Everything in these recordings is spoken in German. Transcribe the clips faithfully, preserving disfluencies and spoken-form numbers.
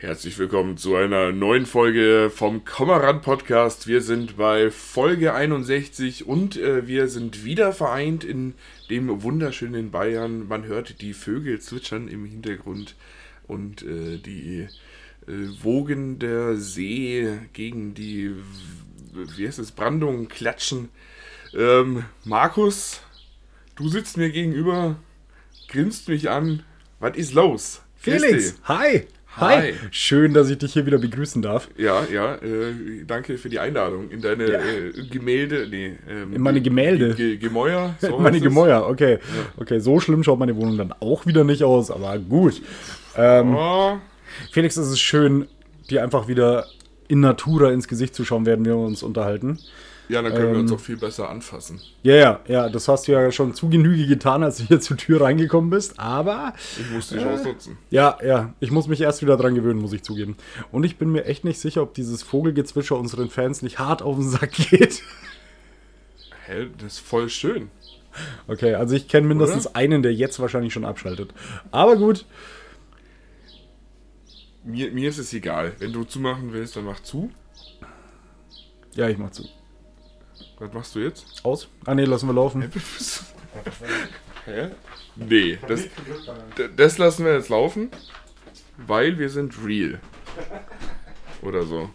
Herzlich willkommen zu einer neuen Folge vom Kommerant Podcast. Wir sind bei Folge einundsechzig und äh, wir sind wieder vereint in dem wunderschönen Bayern. Man hört die Vögel zwitschern im Hintergrund und äh, die äh, Wogen der See gegen die, wie heißt es, Brandung klatschen. Ähm, Markus, du sitzt mir gegenüber, grinst mich an. Was ist los? Felix, hi. Hi. Hi, schön, dass ich dich hier wieder begrüßen darf. Ja, ja, äh, danke für die Einladung in deine ja. äh, Gemälde, nee. Ähm, in meine Gemälde? Ge- Ge- Gemäuer? So in meine Gemäuer, okay. Ja. Okay, so schlimm schaut meine Wohnung dann auch wieder nicht aus, aber gut. Ähm, oh. Felix, es ist schön, dir einfach wieder in Natura ins Gesicht zu schauen, während wir uns unterhalten. Ja, dann können ähm, wir uns auch viel besser anfassen. Ja, ja, ja, das hast du ja schon zu Genüge getan, als du hier zur Tür reingekommen bist, aber... Ich muss die Chance äh, nutzen. Ja, ja, ich muss mich erst wieder dran gewöhnen, muss ich zugeben. Und ich bin mir echt nicht sicher, ob dieses Vogelgezwitscher unseren Fans nicht hart auf den Sack geht. Hä, das ist voll schön. Okay, also ich kenne mindestens Oder? einen, der jetzt wahrscheinlich schon abschaltet. Aber gut. Mir, mir ist es egal. Wenn du zumachen willst, dann mach zu. Ja, ich mach zu. Was machst du jetzt? Aus? Ah ne, lassen wir laufen. Hä? Nee, das, das lassen wir jetzt laufen, weil wir sind real. Oder so.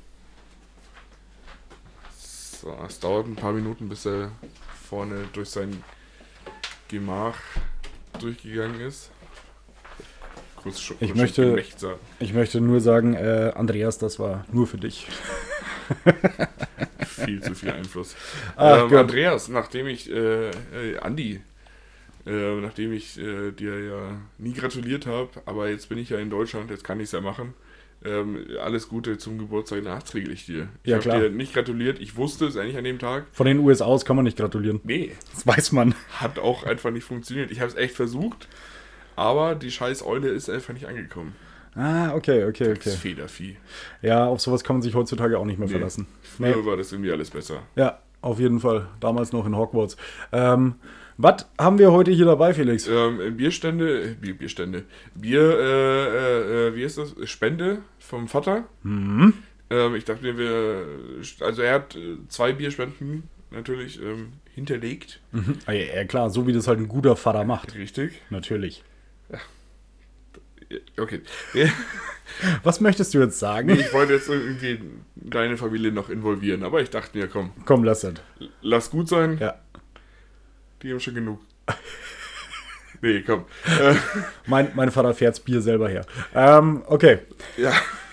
So, es dauert ein paar Minuten, bis er vorne durch sein Gemach durchgegangen ist. Kurz schon, ich, möchte, ich möchte nur sagen, äh, Andreas, das war nur für dich. Viel zu viel Einfluss. Ach, ähm, Andreas, nachdem ich, äh, äh, Andi, äh, nachdem ich äh, dir ja nie gratuliert habe, aber jetzt bin ich ja in Deutschland, jetzt kann ich es ja machen. Ähm, alles Gute zum Geburtstag nachträglich dir. Ich ja, habe dir nicht gratuliert, ich wusste es eigentlich an dem Tag. Von den U S A aus kann man nicht gratulieren. Nee. Das weiß man. Hat auch einfach nicht funktioniert. Ich habe es echt versucht, aber die scheiß Eule ist einfach nicht angekommen. Ah, okay, okay, okay. Das ist Federvieh. Ja, auf sowas kann man sich heutzutage auch nicht mehr nee. verlassen. Früher nee. war das irgendwie alles besser. Ja, auf jeden Fall. Damals noch in Hogwarts. Ähm, was haben wir heute hier dabei, Felix? Ähm, Bierstände, Bier, Bierstände. Bier, äh, äh, wie ist das? Spende vom Vater. Mhm. Ähm, ich dachte mir, wir, also er hat zwei Bierspenden natürlich ähm, hinterlegt. Mhm. Ja, ja, klar, so wie das halt ein guter Vater macht. Richtig. Natürlich. Ja. Okay. Was möchtest du jetzt sagen? Nee, ich wollte jetzt irgendwie deine Familie noch involvieren, aber ich dachte mir, komm. Komm, lass das. Lass gut sein. Ja. Die haben schon genug. Nee, komm. mein, mein Vater fährt's Bier selber her. Ähm, okay. Ja.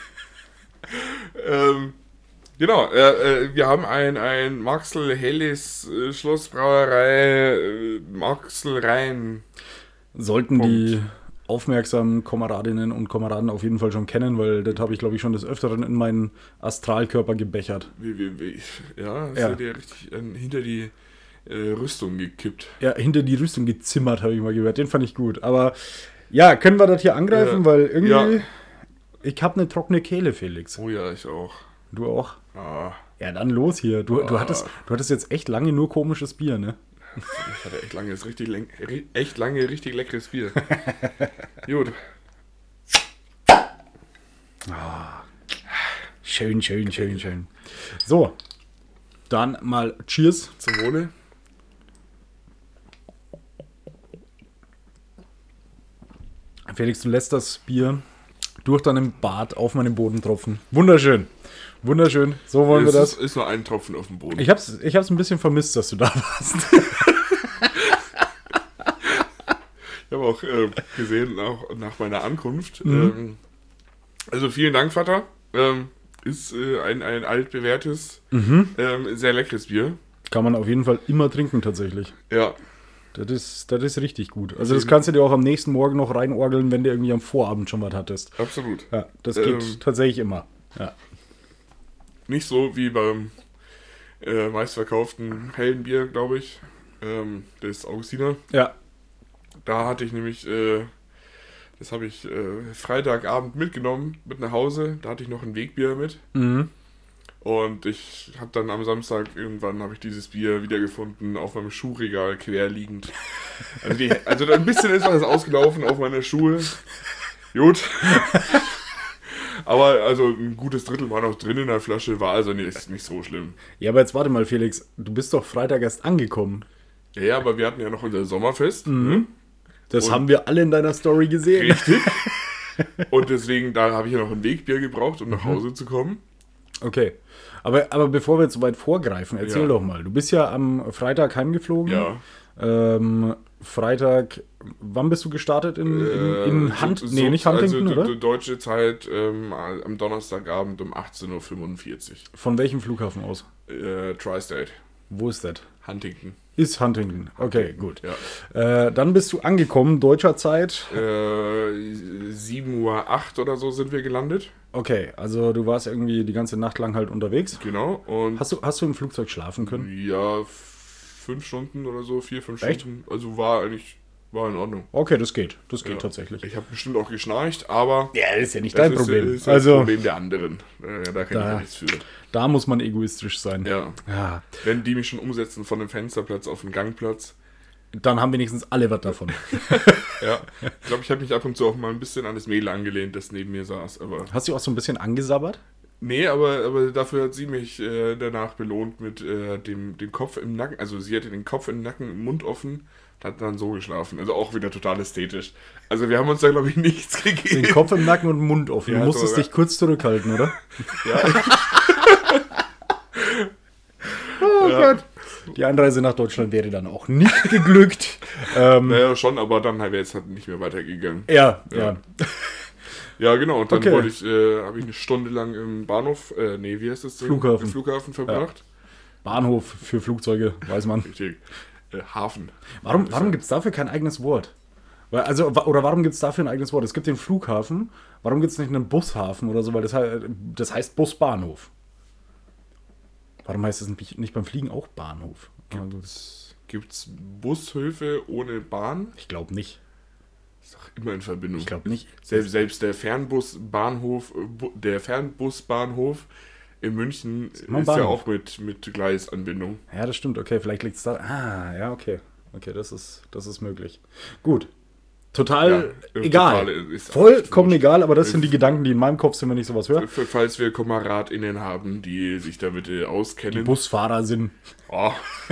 ähm, genau, äh, äh, wir haben ein, ein Maxl Helles äh, Schlossbrauerei äh, Maxl Rhein. Sollten Punkt. Die aufmerksamen Kameradinnen und Kameraden auf jeden Fall schon kennen, weil das habe ich, glaube ich, schon des Öfteren in meinen Astralkörper gebechert. Wie, wie, wie, ja, das ja. hat ja richtig äh, hinter die äh, Rüstung gekippt. Ja, hinter die Rüstung gezimmert, habe ich mal gehört. Den fand ich gut. Aber ja, können wir das hier angreifen, ja. weil irgendwie... Ja. Ich habe eine trockene Kehle, Felix. Oh ja, ich auch. Du auch? Ah. Ja, dann los hier. Du, ah. du, hattest, du hattest jetzt echt lange nur komisches Bier, ne? Ich hatte echt lange, richtig, echt lange richtig leckeres Bier. Gut. Oh. Schön, schön, schön, schön. So, dann mal Cheers. Zum Wohle. Felix, du lässt das Bier durch deinen Bart auf meinen Boden tropfen. Wunderschön. Wunderschön, so wollen es wir das. Ist, ist nur ein Tropfen auf dem Boden. Ich hab's, ich hab's ein bisschen vermisst, dass du da warst. Ich habe auch äh, gesehen, auch nach meiner Ankunft. Mhm. Ähm, also vielen Dank, Vater. Ähm, ist äh, ein, ein altbewährtes, mhm. ähm, sehr leckeres Bier. Kann man auf jeden Fall immer trinken, tatsächlich. Ja. Das ist, das ist richtig gut. Also das kannst du dir auch am nächsten Morgen noch reinorgeln, wenn du irgendwie am Vorabend schon was hattest. Absolut. Ja, das geht ähm, tatsächlich immer. Ja. Nicht so wie beim äh, meistverkauften hellen Bier, glaube ich. Ähm, das Augustiner. Ja. Da hatte ich nämlich, äh, das habe ich äh, Freitagabend mitgenommen mit nach Hause. Da hatte ich noch ein Wegbier mit. Mhm. Und ich habe dann am Samstag irgendwann habe ich dieses Bier wiedergefunden auf meinem Schuhregal quer liegend. Also, die, also ein bisschen ist was ausgelaufen auf meine Schuhe. Gut. Aber also ein gutes Drittel war noch drin in der Flasche, war also nicht, nicht so schlimm. Ja, aber jetzt warte mal, Felix, du bist doch Freitag erst angekommen. Ja, ja, aber wir hatten ja noch unser Sommerfest. Mhm. Ne? Das Und- haben wir alle in deiner Story gesehen. Richtig. Und deswegen, da habe ich ja noch ein Wegbier gebraucht, um nach Hause zu kommen. Okay. Aber, aber bevor wir jetzt so weit vorgreifen, erzähl Ja. doch mal. Du bist ja am Freitag heimgeflogen. Ja. Ähm, Freitag, wann bist du gestartet? In, in, in Äh, Hunt? so- nee, nicht Huntington, also, oder? d- deutsche Zeit ähm, am Donnerstagabend um achtzehn Uhr fünfundvierzig. Von welchem Flughafen aus? Äh, Tri-State. Wo ist das? Huntington. Ist Huntington. Okay, gut. Ja. Äh, dann bist du angekommen, deutscher Zeit. Äh, sieben Uhr acht oder so sind wir gelandet. Okay, also du warst irgendwie die ganze Nacht lang halt unterwegs. Genau. Und Hast du, hast du im Flugzeug schlafen können? ja, f- fünf Stunden oder so, vier, fünf Echt? Stunden. Also war eigentlich, war in Ordnung. Okay, das geht. Das geht Ja. tatsächlich. Ich habe bestimmt auch geschnarcht, aber Ja, das ist ja nicht das dein ist, Problem. ist das also, Problem der anderen. Äh, da kann ich Da- ja nichts für. da muss man egoistisch sein. Ja. Ja. Wenn die mich schon umsetzen von dem Fensterplatz auf den Gangplatz. Dann haben wenigstens alle was davon. Ja. Ich glaube, ich habe mich ab und zu auch mal ein bisschen an das Mädel angelehnt, das neben mir saß. Aber Hast du auch so ein bisschen angesabbert? nee, aber, aber dafür hat sie mich äh, danach belohnt mit äh, dem, dem Kopf im Nacken. Also sie hatte den Kopf im Nacken, im Mund offen, hat dann so geschlafen. Also auch wieder total ästhetisch. Also wir haben uns da, glaube ich, nichts gegeben. Den Kopf im Nacken und den Mund offen. Ja, Du musstest so, dich kurz zurückhalten, oder? Ja. Oh Ja. Gott. Die Einreise nach Deutschland wäre dann auch nicht geglückt. ähm, Naja, schon, aber dann wäre es halt nicht mehr weitergegangen. ja, Ja. ja. Ja, genau. Und dann Okay. wollte ich, äh, habe ich eine Stunde lang im Bahnhof, äh, nee, wie heißt das denn? Flughafen. Im Flughafen verbracht. Bahnhof für Flugzeuge, weiß man. Richtig. Äh, Hafen. Warum, warum gibt es dafür kein eigenes Wort? Weil, also, wa- oder warum gibt es dafür ein eigenes Wort? Es gibt den Flughafen. Warum gibt es nicht einen Bushafen oder so? Weil das, hei- das heißt Busbahnhof. Warum heißt es nicht nicht beim Fliegen auch Bahnhof? Also, Gibt es Bushöfe ohne Bahn? ich glaube nicht. Ist doch immer in Verbindung. Ich glaube nicht. Selbst, selbst der Fernbusbahnhof, äh, Bu- der Fernbusbahnhof in München ist, immer ein ja Bahnhof. auch mit, mit Gleisanbindung. Ja, das stimmt. Okay, vielleicht liegt es da. Ah, ja, okay. Okay, das ist, das ist möglich. Gut. Total Ja, egal. total ist Vollkommen wurscht. egal, aber das sind die Gedanken, die in meinem Kopf sind, wenn ich sowas höre. Für, falls wir KameradInnen haben, die sich damit äh, Die auskennen. Busfahrer sind. Oh.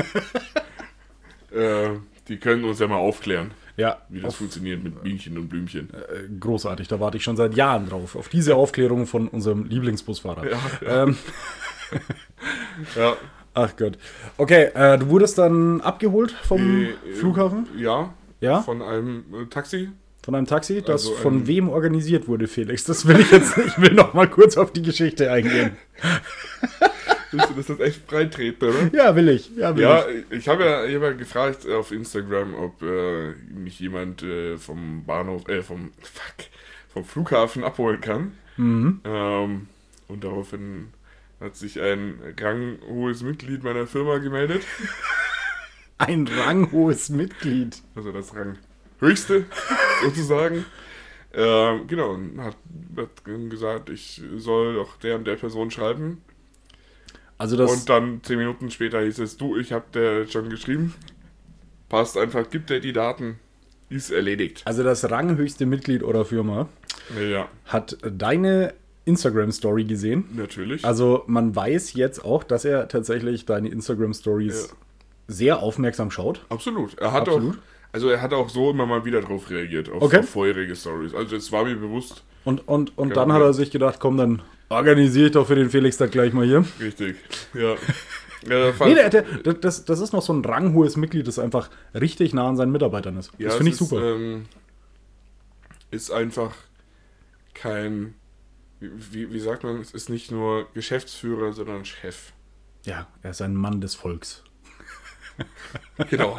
äh, die können uns ja mal aufklären, Ja, wie das auf, funktioniert mit Bienchen und Blümchen. äh, großartig. Da warte ich schon seit Jahren drauf. Auf diese Aufklärung von unserem Lieblingsbusfahrer. Ja, ja. Ähm, Ja. ach Gott. Okay, äh, du wurdest dann abgeholt vom Äh, Flughafen? Ja. Ja? Von einem äh, Taxi. Von einem Taxi, das Also von ein- wem organisiert wurde, Felix? Das will ich jetzt nicht. Ich will noch mal kurz auf die Geschichte eingehen. Willst du das jetzt echt breit treten, oder? Ja, will ich. Ja, will Ja, ich. ich habe ja, ich hab ja gefragt auf Instagram, ob äh, mich jemand äh, vom Bahnhof, äh, vom, fuck, vom Flughafen abholen kann. Mhm. Ähm, und daraufhin hat sich ein ranghohes Mitglied meiner Firma gemeldet. Ein ranghohes Mitglied. Also das Ranghöchste, sozusagen. Ähm, genau, und hat, hat gesagt, ich soll doch der und der Person schreiben. Also das, Und dann zehn Minuten später hieß es, du, ich hab der schon geschrieben. Passt einfach, gibt er die Daten. Ist erledigt. also das ranghöchste Mitglied eurer Firma Ja, hat deine Instagram-Story gesehen. natürlich. Also man weiß jetzt auch, dass er tatsächlich deine Instagram-Stories Ja. sehr aufmerksam schaut. Absolut. Er hat Absolut. auch, also er hat auch so immer mal wieder drauf reagiert, auf, Okay. auf vorherige Stories. Also es war mir bewusst, Und, und, und Ja, dann ja. hat er sich gedacht, komm, dann organisiere ich doch für den Felix das gleich mal hier. richtig. Ja. ja Nee, fand- der, der, das, das ist noch so ein ranghohes Mitglied, das einfach richtig nah an seinen Mitarbeitern ist. ja, Das es finde ich ist, super. Ähm, ist einfach kein, wie, wie sagt man, es ist nicht nur Geschäftsführer, sondern Chef. Ja, er ist ein Mann des Volks. Genau.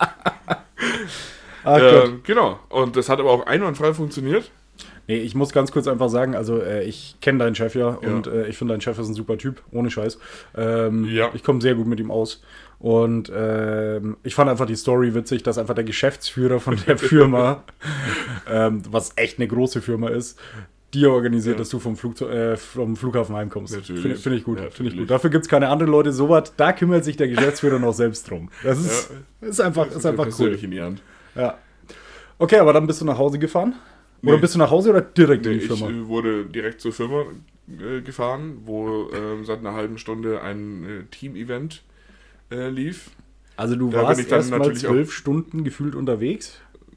Ach Gott. ähm, genau. Und das hat aber auch einwandfrei funktioniert. Nee, ich muss ganz kurz einfach sagen, also äh, ich kenne deinen Chef ja, Ja. und äh, ich finde, dein Chef ist ein super Typ, ohne Scheiß. Ähm, Ja. Ich komme sehr gut mit ihm aus. Und ähm, ich fand einfach die Story witzig, dass einfach der Geschäftsführer von der Firma, ähm, was echt eine große Firma ist, dir organisiert, Ja. dass du vom, Flugzeug, äh, vom Flughafen heimkommst. Natürlich. Finde find ich gut. Ja, Finde ich natürlich. gut. Dafür gibt es keine anderen Leute. So was, da kümmert sich der Geschäftsführer noch selbst drum. Das ist, ist einfach, ist einfach cool. persönlich in die Hand. Ja. Okay, aber dann bist du nach Hause gefahren. Oder bist du nach Hause oder direkt nee, in die Firma? Ich wurde direkt zur Firma äh, gefahren, wo äh, seit einer halben Stunde ein äh, Team-Event äh, lief. Also du Da warst erst mal zwölf auch, Stunden gefühlt unterwegs?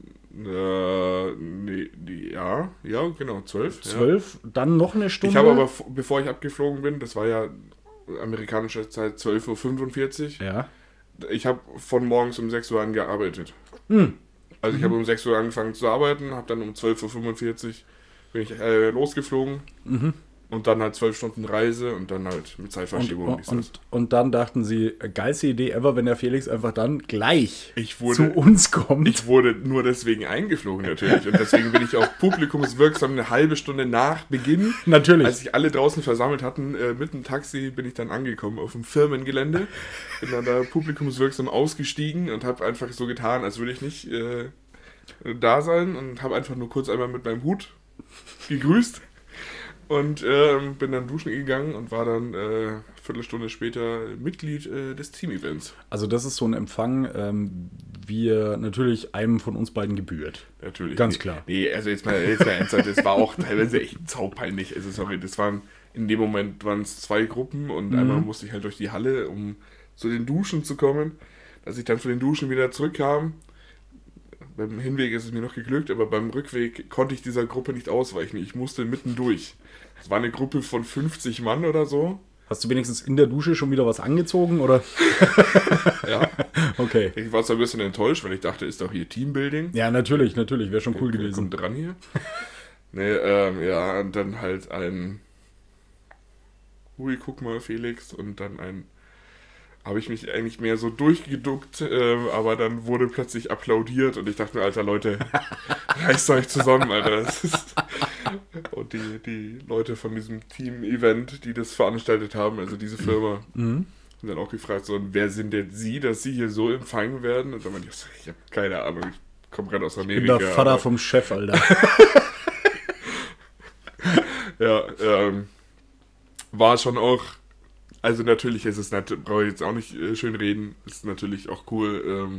Äh, nee, die, ja, ja, genau, zwölf. Zwölf, ja. Dann noch eine Stunde. Ich habe aber, bevor ich abgeflogen bin, das war ja amerikanische Zeit zwölf Uhr fünfundvierzig. Ja. Ich habe von morgens um sechs Uhr an gearbeitet. Hm. Also ich mhm. habe um sechs Uhr angefangen zu arbeiten, habe dann um zwölf Uhr fünfundvierzig bin ich äh, losgeflogen. Mhm. Und dann halt zwölf Stunden Reise und dann halt mit Zeitverschiebung. Und, und, und dann dachten sie, geilste Idee ever, wenn der Felix einfach dann gleich ich wurde, zu uns kommt. Ich wurde nur deswegen eingeflogen natürlich. Und deswegen bin ich auch publikumswirksam eine halbe Stunde nach Beginn. Natürlich. Als sich alle draußen versammelt hatten, äh, mit dem Taxi bin ich dann angekommen auf dem Firmengelände. Bin dann da publikumswirksam ausgestiegen und habe einfach so getan, als würde ich nicht äh, da sein. Und habe einfach nur kurz einmal mit meinem Hut gegrüßt. Und ähm, bin dann duschen gegangen und war dann äh, eine Viertelstunde später Mitglied äh, des Team-Events. Also das ist so ein Empfang, ähm, wie er natürlich einem von uns beiden gebührt. Natürlich. Ganz nee, klar. Nee, also jetzt mal, jetzt mal ernsthaft, das war auch teilweise echt saupeinlich. Also sorry, das waren, in dem Moment waren es zwei Gruppen und mhm. einmal musste ich halt durch die Halle, um zu den Duschen zu kommen. Als ich dann von den Duschen wieder zurückkam, beim Hinweg ist es mir noch geglückt, aber beim Rückweg konnte ich dieser Gruppe nicht ausweichen. Ich musste mitten durch. Es war eine Gruppe von fünfzig Mann oder so. Hast du wenigstens in der Dusche schon wieder was angezogen, oder? Ja. Okay. Ich war zwar ein bisschen enttäuscht, weil ich dachte, ist doch hier Teambuilding. Ja, natürlich, natürlich. Wäre schon cool okay, gewesen. Kommt dran hier. Nee, ähm, ja, und dann halt ein Hui, guck mal, Felix. Und dann ein habe ich mich eigentlich mehr so durchgeduckt, äh, aber dann wurde plötzlich applaudiert und ich dachte mir, Alter, Leute, reißt euch zusammen, Alter. Das ist und die, die Leute von diesem Team-Event, die das veranstaltet haben, also diese Firma, mhm. haben dann auch gefragt, so, wer sind denn Sie, dass Sie hier so empfangen werden? Und dann meinte ich, so, ich habe keine Ahnung, ich komme gerade aus Amerika. Ich bin der Vater aber, vom Chef, Alter. ja, ähm, war schon auch. Also natürlich ist es, brauche ich jetzt auch nicht äh, schön reden, ist natürlich auch cool, ähm,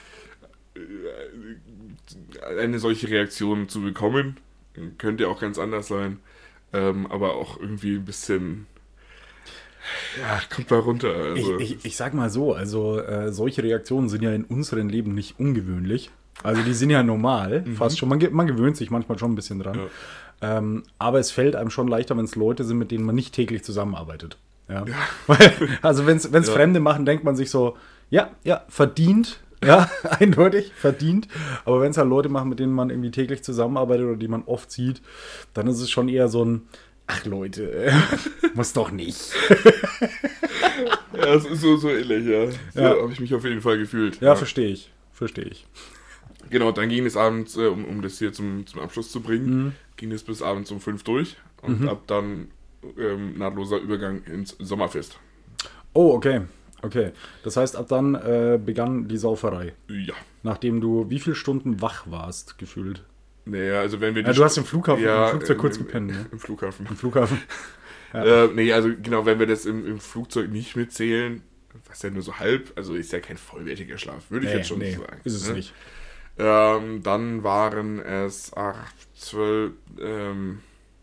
äh, eine solche Reaktion zu bekommen. Könnte auch ganz anders sein, ähm, aber auch irgendwie ein bisschen, ja, kommt mal runter. Also. Ich, ich, ich sag mal so, also äh, solche Reaktionen sind ja in unserem Leben nicht ungewöhnlich. Also die sind ja normal, mhm. fast schon. Man, man gewöhnt sich manchmal schon ein bisschen dran. Ja. Ähm, aber es fällt einem schon leichter, wenn es Leute sind, mit denen man nicht täglich zusammenarbeitet. Ja. Ja. Also wenn es ja. Fremde machen, denkt man sich so, ja, ja, verdient, ja, eindeutig, verdient. Aber wenn es halt Leute machen, mit denen man irgendwie täglich zusammenarbeitet oder die man oft sieht, dann ist es schon eher so ein, ach Leute, muss doch nicht. Ja, es ist so, so ähnlich, ja. So ja. habe ich mich auf jeden Fall gefühlt. Ja, ja. verstehe ich, verstehe ich. Genau, dann ging es abends, äh, um, um das hier zum, zum Abschluss zu bringen, mhm. ging es bis abends um fünf durch und mhm. ab dann Ähm, nahtloser Übergang ins Sommerfest. Oh, okay. Okay. Das heißt, ab dann äh, begann die Sauferei. Ja. Nachdem du wie viele Stunden wach warst, gefühlt? Naja, also wenn wir... Ja, du hast im Flughafen, ja, im Flugzeug im, kurz im, gepennt, ne? Im Flughafen. Im Flughafen. Ja. Äh, nee, also genau, wenn wir das im, im Flugzeug nicht mitzählen, was ja nur so halb, also ist ja kein vollwertiger Schlaf, würde ich nee, jetzt schon nee, sagen. ist es ne? nicht. Ähm, dann waren es acht, zwölf... Ähm,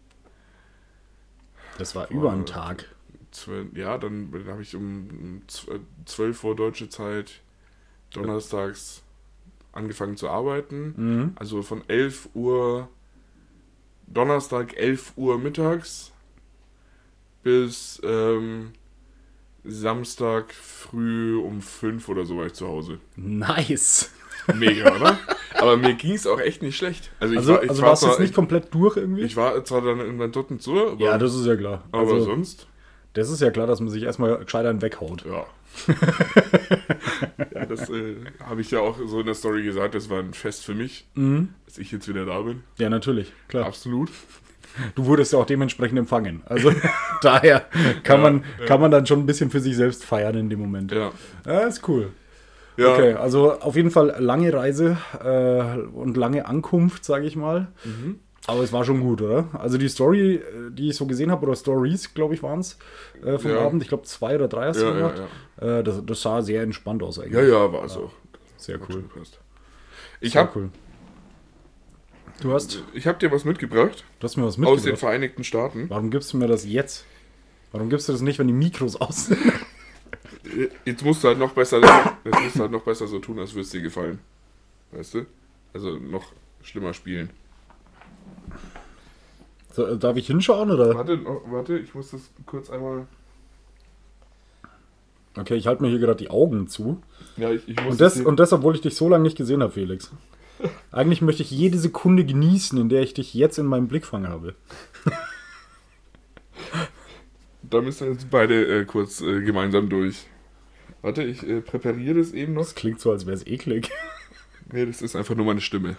Das war über einen Tag. zwölf, ja, dann, dann habe ich um zwölf Uhr deutsche Zeit donnerstags angefangen zu arbeiten. Mhm. Also von elf Uhr Donnerstag, elf Uhr mittags bis ähm, Samstag früh um fünf oder so war ich zu Hause. Nice. Mega, oder? Aber mir ging es auch echt nicht schlecht. Also, ich also, war, ich also war warst du zwar, jetzt nicht komplett durch irgendwie? Ich war zwar dann in meinem dritten Tour, aber, ja, das ist ja klar. Aber also, sonst? Das ist ja klar, dass man sich erstmal gescheitert weghaut. Ja. Ja, das äh, habe ich ja auch so in der Story gesagt, das war ein Fest für mich, mhm. dass ich jetzt wieder da bin. Ja, natürlich, klar. Absolut. Du wurdest ja auch dementsprechend empfangen. Also daher kann, ja, man, ja. kann man dann schon ein bisschen für sich selbst feiern in dem Moment. Ja. Ja, ist cool. Ja. Okay, also auf jeden Fall lange Reise äh, und lange Ankunft, sage ich mal. Mhm. Aber es war schon gut, oder? Also die Story, die ich so gesehen habe, oder Stories, glaube ich, waren es äh, vom ja. Abend. Ich glaube, zwei oder drei hast du ja, gemacht. Ja, ja. Äh, das, das sah sehr entspannt aus eigentlich. Ja, ja, war es auch. Sehr cool. Ich sehr habe cool. Du hast... Ich habe dir was mitgebracht. Du hast mir was mitgebracht? Aus den Vereinigten Staaten. Warum gibst du mir das jetzt? Warum gibst du das nicht, wenn die Mikros aus sind? Jetzt musst du halt noch besser, jetzt musst du halt noch besser so tun, als würde es dir gefallen. Weißt du? Also noch schlimmer spielen. So, darf ich hinschauen, oder? Warte, warte, ich muss das kurz einmal... Okay, ich halte mir hier gerade die Augen zu. Ja, ich, ich muss und, das, und das, obwohl ich dich so lange nicht gesehen habe, Felix. Eigentlich möchte ich jede Sekunde genießen, in der ich dich jetzt in meinem Blickfang habe. Da müssen wir jetzt beide äh, kurz äh, gemeinsam durch. Warte, ich äh, präpariere das eben noch. Das klingt so, als wäre es eklig. Nee, das ist einfach nur meine Stimme.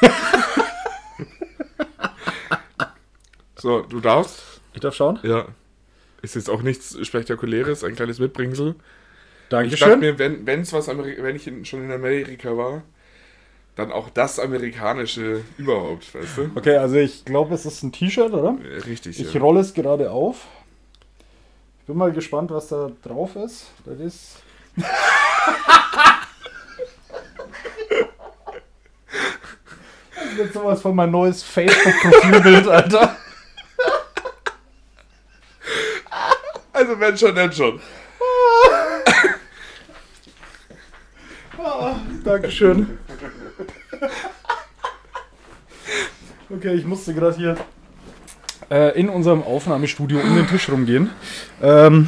So, du darfst. Ich darf schauen? Ja. Ist jetzt auch nichts Spektakuläres, ein kleines Mitbringsel. Dankeschön. Ich dachte mir, wenn, wenn's was Ameri- wenn ich in, schon in Amerika war, dann auch das Amerikanische überhaupt, weißt du? Okay, also ich glaube, es ist ein T-Shirt, oder? Ja, richtig, Ich ja. rolle es gerade auf. Ich bin mal gespannt, was da drauf ist. Das ist... Das ist jetzt sowas von mein neues Facebook-Profilbild, Alter. Also wenn schon, dann schon. Ah, Dankeschön. Okay, ich musste gerade hier äh, in unserem Aufnahmestudio um den Tisch rumgehen. Ähm.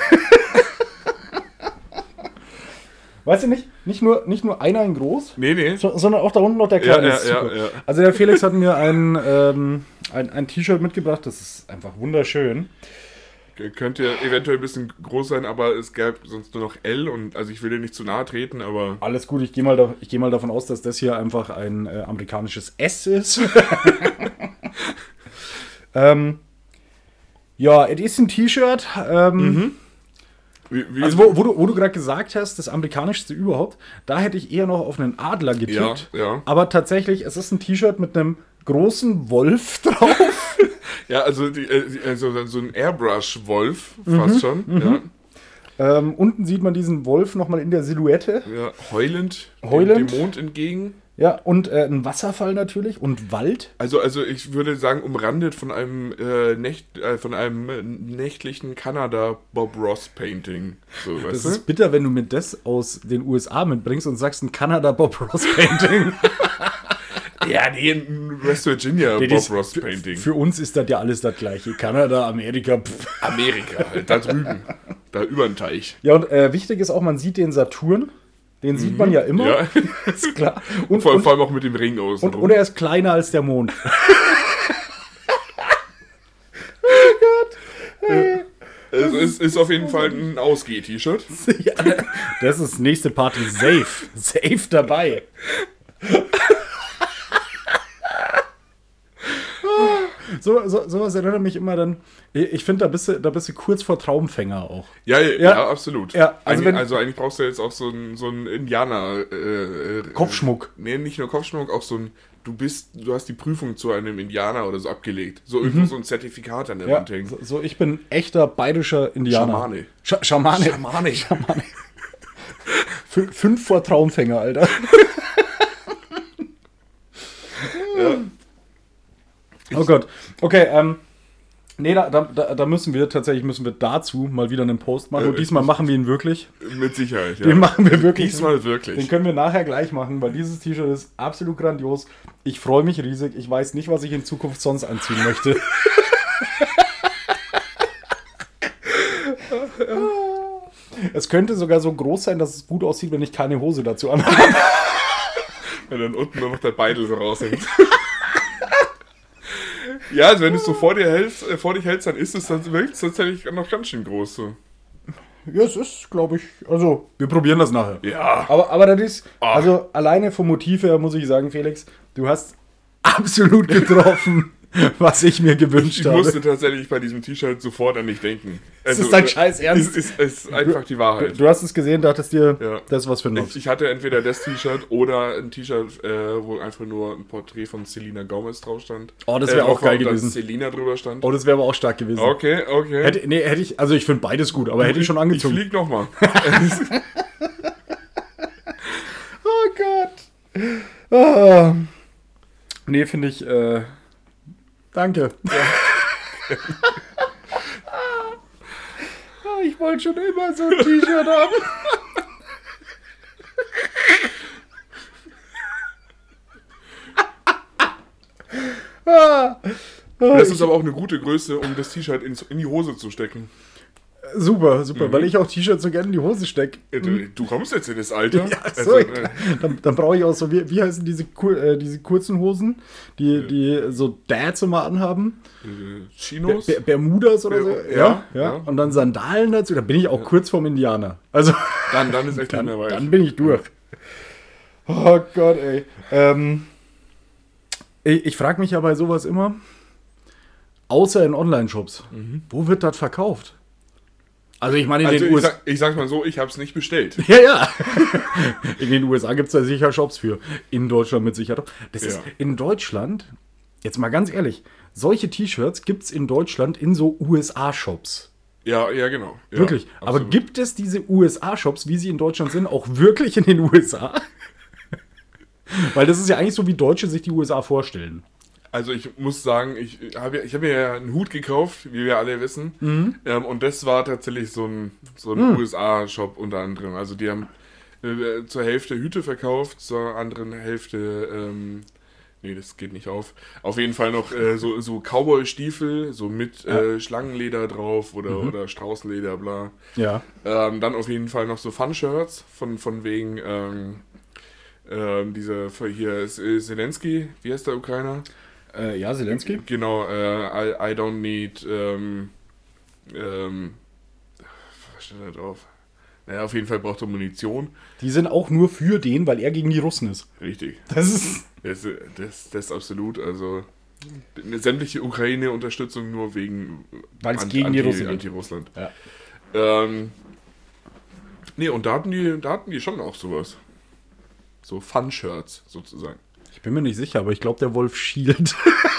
Weißt du nicht? Nicht nur, nicht nur einer in groß, Nee, nee. so, sondern auch da unten noch der kleine. Ja, ist ja, super. ja, ja. Also der Felix hat mir ein, ähm, ein, ein T-Shirt mitgebracht, das ist einfach wunderschön. Könnte eventuell ein bisschen groß sein, aber es gäbe sonst nur noch L und also ich will dir nicht zu nahe treten, aber... Alles gut, ich gehe mal, da, ich geh mal davon aus, dass das hier einfach ein äh, amerikanisches S ist. ähm, ja, es ist ein T-Shirt. Ähm, Mhm. Wie, wie Also wo, wo du, wo du gerade gesagt hast, das amerikanischste überhaupt, da hätte ich eher noch auf einen Adler getippt. Ja, ja. Aber tatsächlich, es ist ein T-Shirt mit einem großen Wolf drauf. Ja, also, die, äh, also so ein Airbrush-Wolf fast schon. Ja. ähm, unten sieht man diesen Wolf nochmal in der Silhouette. Ja, heulend, Heulend. Dem, dem Mond entgegen. Ja, und äh, ein Wasserfall natürlich und Wald. Also, also ich würde sagen, umrandet von einem, äh, Nächt, äh, von einem äh, nächtlichen Kanada-Bob Ross-Painting. So, weißt Das du? ist bitter, wenn du mir das aus den U S A mitbringst und sagst ein Kanada Bob Ross Painting. Ja, nee, ein West Virginia Das Bob ist- Ross Painting. Für uns ist das ja alles das gleiche. Kanada, Amerika. Pff. Amerika, halt, da drüben. Da über den Teich. Ja, und äh, wichtig ist auch, man sieht den Saturn. Den sieht man ja immer. Ja. Ist klar. Und, Vor, und, vor allem auch mit dem Ring außen. und, und er ist kleiner als der Mond. Also es ist auf jeden Fall ein Ausgeh-T-Shirt. Ja, das ist nächste Party safe. Safe dabei. So, so, sowas erinnert mich immer dann. Ich finde, da bist du, da bist du kurz vor Traumfänger auch. Ja, ja, Ja. ja, absolut. Ja, also also, wenn- also eigentlich brauchst du jetzt auch so einen so einen Indianer... Äh, äh, Kopfschmuck. Nee, nicht nur Kopfschmuck, auch so ein... Du bist, du hast die Prüfung zu einem Indianer oder so abgelegt. So irgendwo so ein Zertifikat an der Ja, Wand hängen. so, so, ich bin echter bayerischer Indianer. Schamane. Sch Schamane. Schamane. Schamane. Fün- Fünf vor Traumfänger, Alter. Ja. Oh Gott. Okay, ähm. Nee, da, da, da müssen wir tatsächlich müssen wir dazu mal wieder einen Post machen. Und Äh, diesmal ich- machen wir ihn wirklich. Mit Sicherheit, ja. Den machen wir wirklich. Diesmal wirklich. Den können wir nachher gleich machen, weil dieses T-Shirt ist absolut grandios. Ich freue mich riesig. Ich weiß nicht, was ich in Zukunft sonst anziehen möchte. Es könnte sogar so groß sein, dass es gut aussieht, wenn ich keine Hose dazu anhabe. Wenn dann unten nur noch der Beidel so raushängt. Ja, also wenn du es so vor dir hältst, äh, vor dich hältst, dann ist es dann wirklich tatsächlich noch ganz schön groß. So. Ja, es ist, glaube ich, also, wir probieren das nachher. Ja. Aber, aber das ist, Ah. also alleine vom Motiv her muss ich sagen, Felix, du hast absolut getroffen, was ich mir gewünscht Ich habe. musste tatsächlich bei diesem T-Shirt sofort an dich denken. Das ist dein Scheiß Ernst? Ist, ist, ist einfach die Wahrheit. Du hast es gesehen, dachtest dir, Ja. das ist was für ein Ich, Nutz. ich hatte entweder das T-Shirt oder ein T-Shirt, äh, wo einfach nur ein Porträt von Selena Gomez drauf stand. Oh, das wäre auch drauf war geil und dann gewesen. Selena drüber stand. Oh, das wäre aber auch stark gewesen. Okay, okay. Hätte, nee, hätte ich, also ich finde beides gut, aber hätte ich schon angezogen. Ich flieg nochmal. Oh Gott. Ah. Nee, finde ich, äh, danke. Ja. Ich wollte schon immer so ein T-Shirt haben. ah. Das ist aber auch eine gute Größe, um das T-Shirt in, in die Hose zu stecken. Super, super, mhm. weil ich auch T-Shirts so gerne in die Hose stecke. Du, du kommst jetzt in das Alter. Ja, so, also, äh, dann, dann brauche ich auch so, wie, wie heißen diese, äh, diese kurzen Hosen, die, ja. die so Dads immer anhaben? Äh, Chinos? Ber- Bermudas oder ja, so. Ja, ja, ja, ja. Und dann Sandalen dazu. Da bin ich auch ja. kurz vorm Indianer. Also, dann, dann ist echt dann, nicht mehr weit. Dann bin ich durch. Oh Gott, ey. Ähm, ich ich frage mich ja bei sowas immer, außer in Online-Shops, mhm. wo wird das verkauft? Also ich meine, in also den U S A... Ich, sag, ich sag mal so, ich habe es nicht bestellt. Ja, ja. In den U S A gibt es da sicher Shops für. In Deutschland mit Sicherheit. Das ja. ist in Deutschland, jetzt mal ganz ehrlich, solche T-Shirts gibt es in Deutschland in so U S A-Shops. Ja, ja, genau. Ja, wirklich. Absolut. Aber gibt es diese U S A-Shops, wie sie in Deutschland sind, auch wirklich in den U S A? Weil das ist ja eigentlich so, wie Deutsche sich die U S A vorstellen. Also ich muss sagen, ich habe ich hab mir ja einen Hut gekauft, wie wir alle wissen. Mhm. Ähm, und das war tatsächlich so ein, so ein mhm. U S A-Shop unter anderem. Also die haben äh, zur Hälfte Hüte verkauft, zur anderen Hälfte, ähm, nee, das geht nicht auf. Auf jeden Fall noch äh, so, so Cowboy-Stiefel, so mit ja. äh, Schlangenleder drauf oder, mhm. oder Straußenleder, bla. Ja. Ähm, dann auf jeden Fall noch so Fun-Shirts von, von wegen ähm, ähm, dieser, hier ist Zelensky, wie heißt der Ukrainer? Äh, ja, Zelensky. Genau, äh, I, I don't need, ähm, ähm, was steht da drauf? Naja, auf jeden Fall braucht er Munition. Die sind auch nur für den, weil er gegen die Russen ist. Richtig. Das ist... Das, das, das ist absolut, also eine sämtliche Ukraine-Unterstützung nur wegen... Weil es gegen die Russen geht. Anti-Russland. Ja. Ähm, nee, und da hatten, die, da hatten die schon auch sowas. So Fun-Shirts sozusagen. Ich bin mir nicht sicher, aber ich glaube, der Wolf schielt.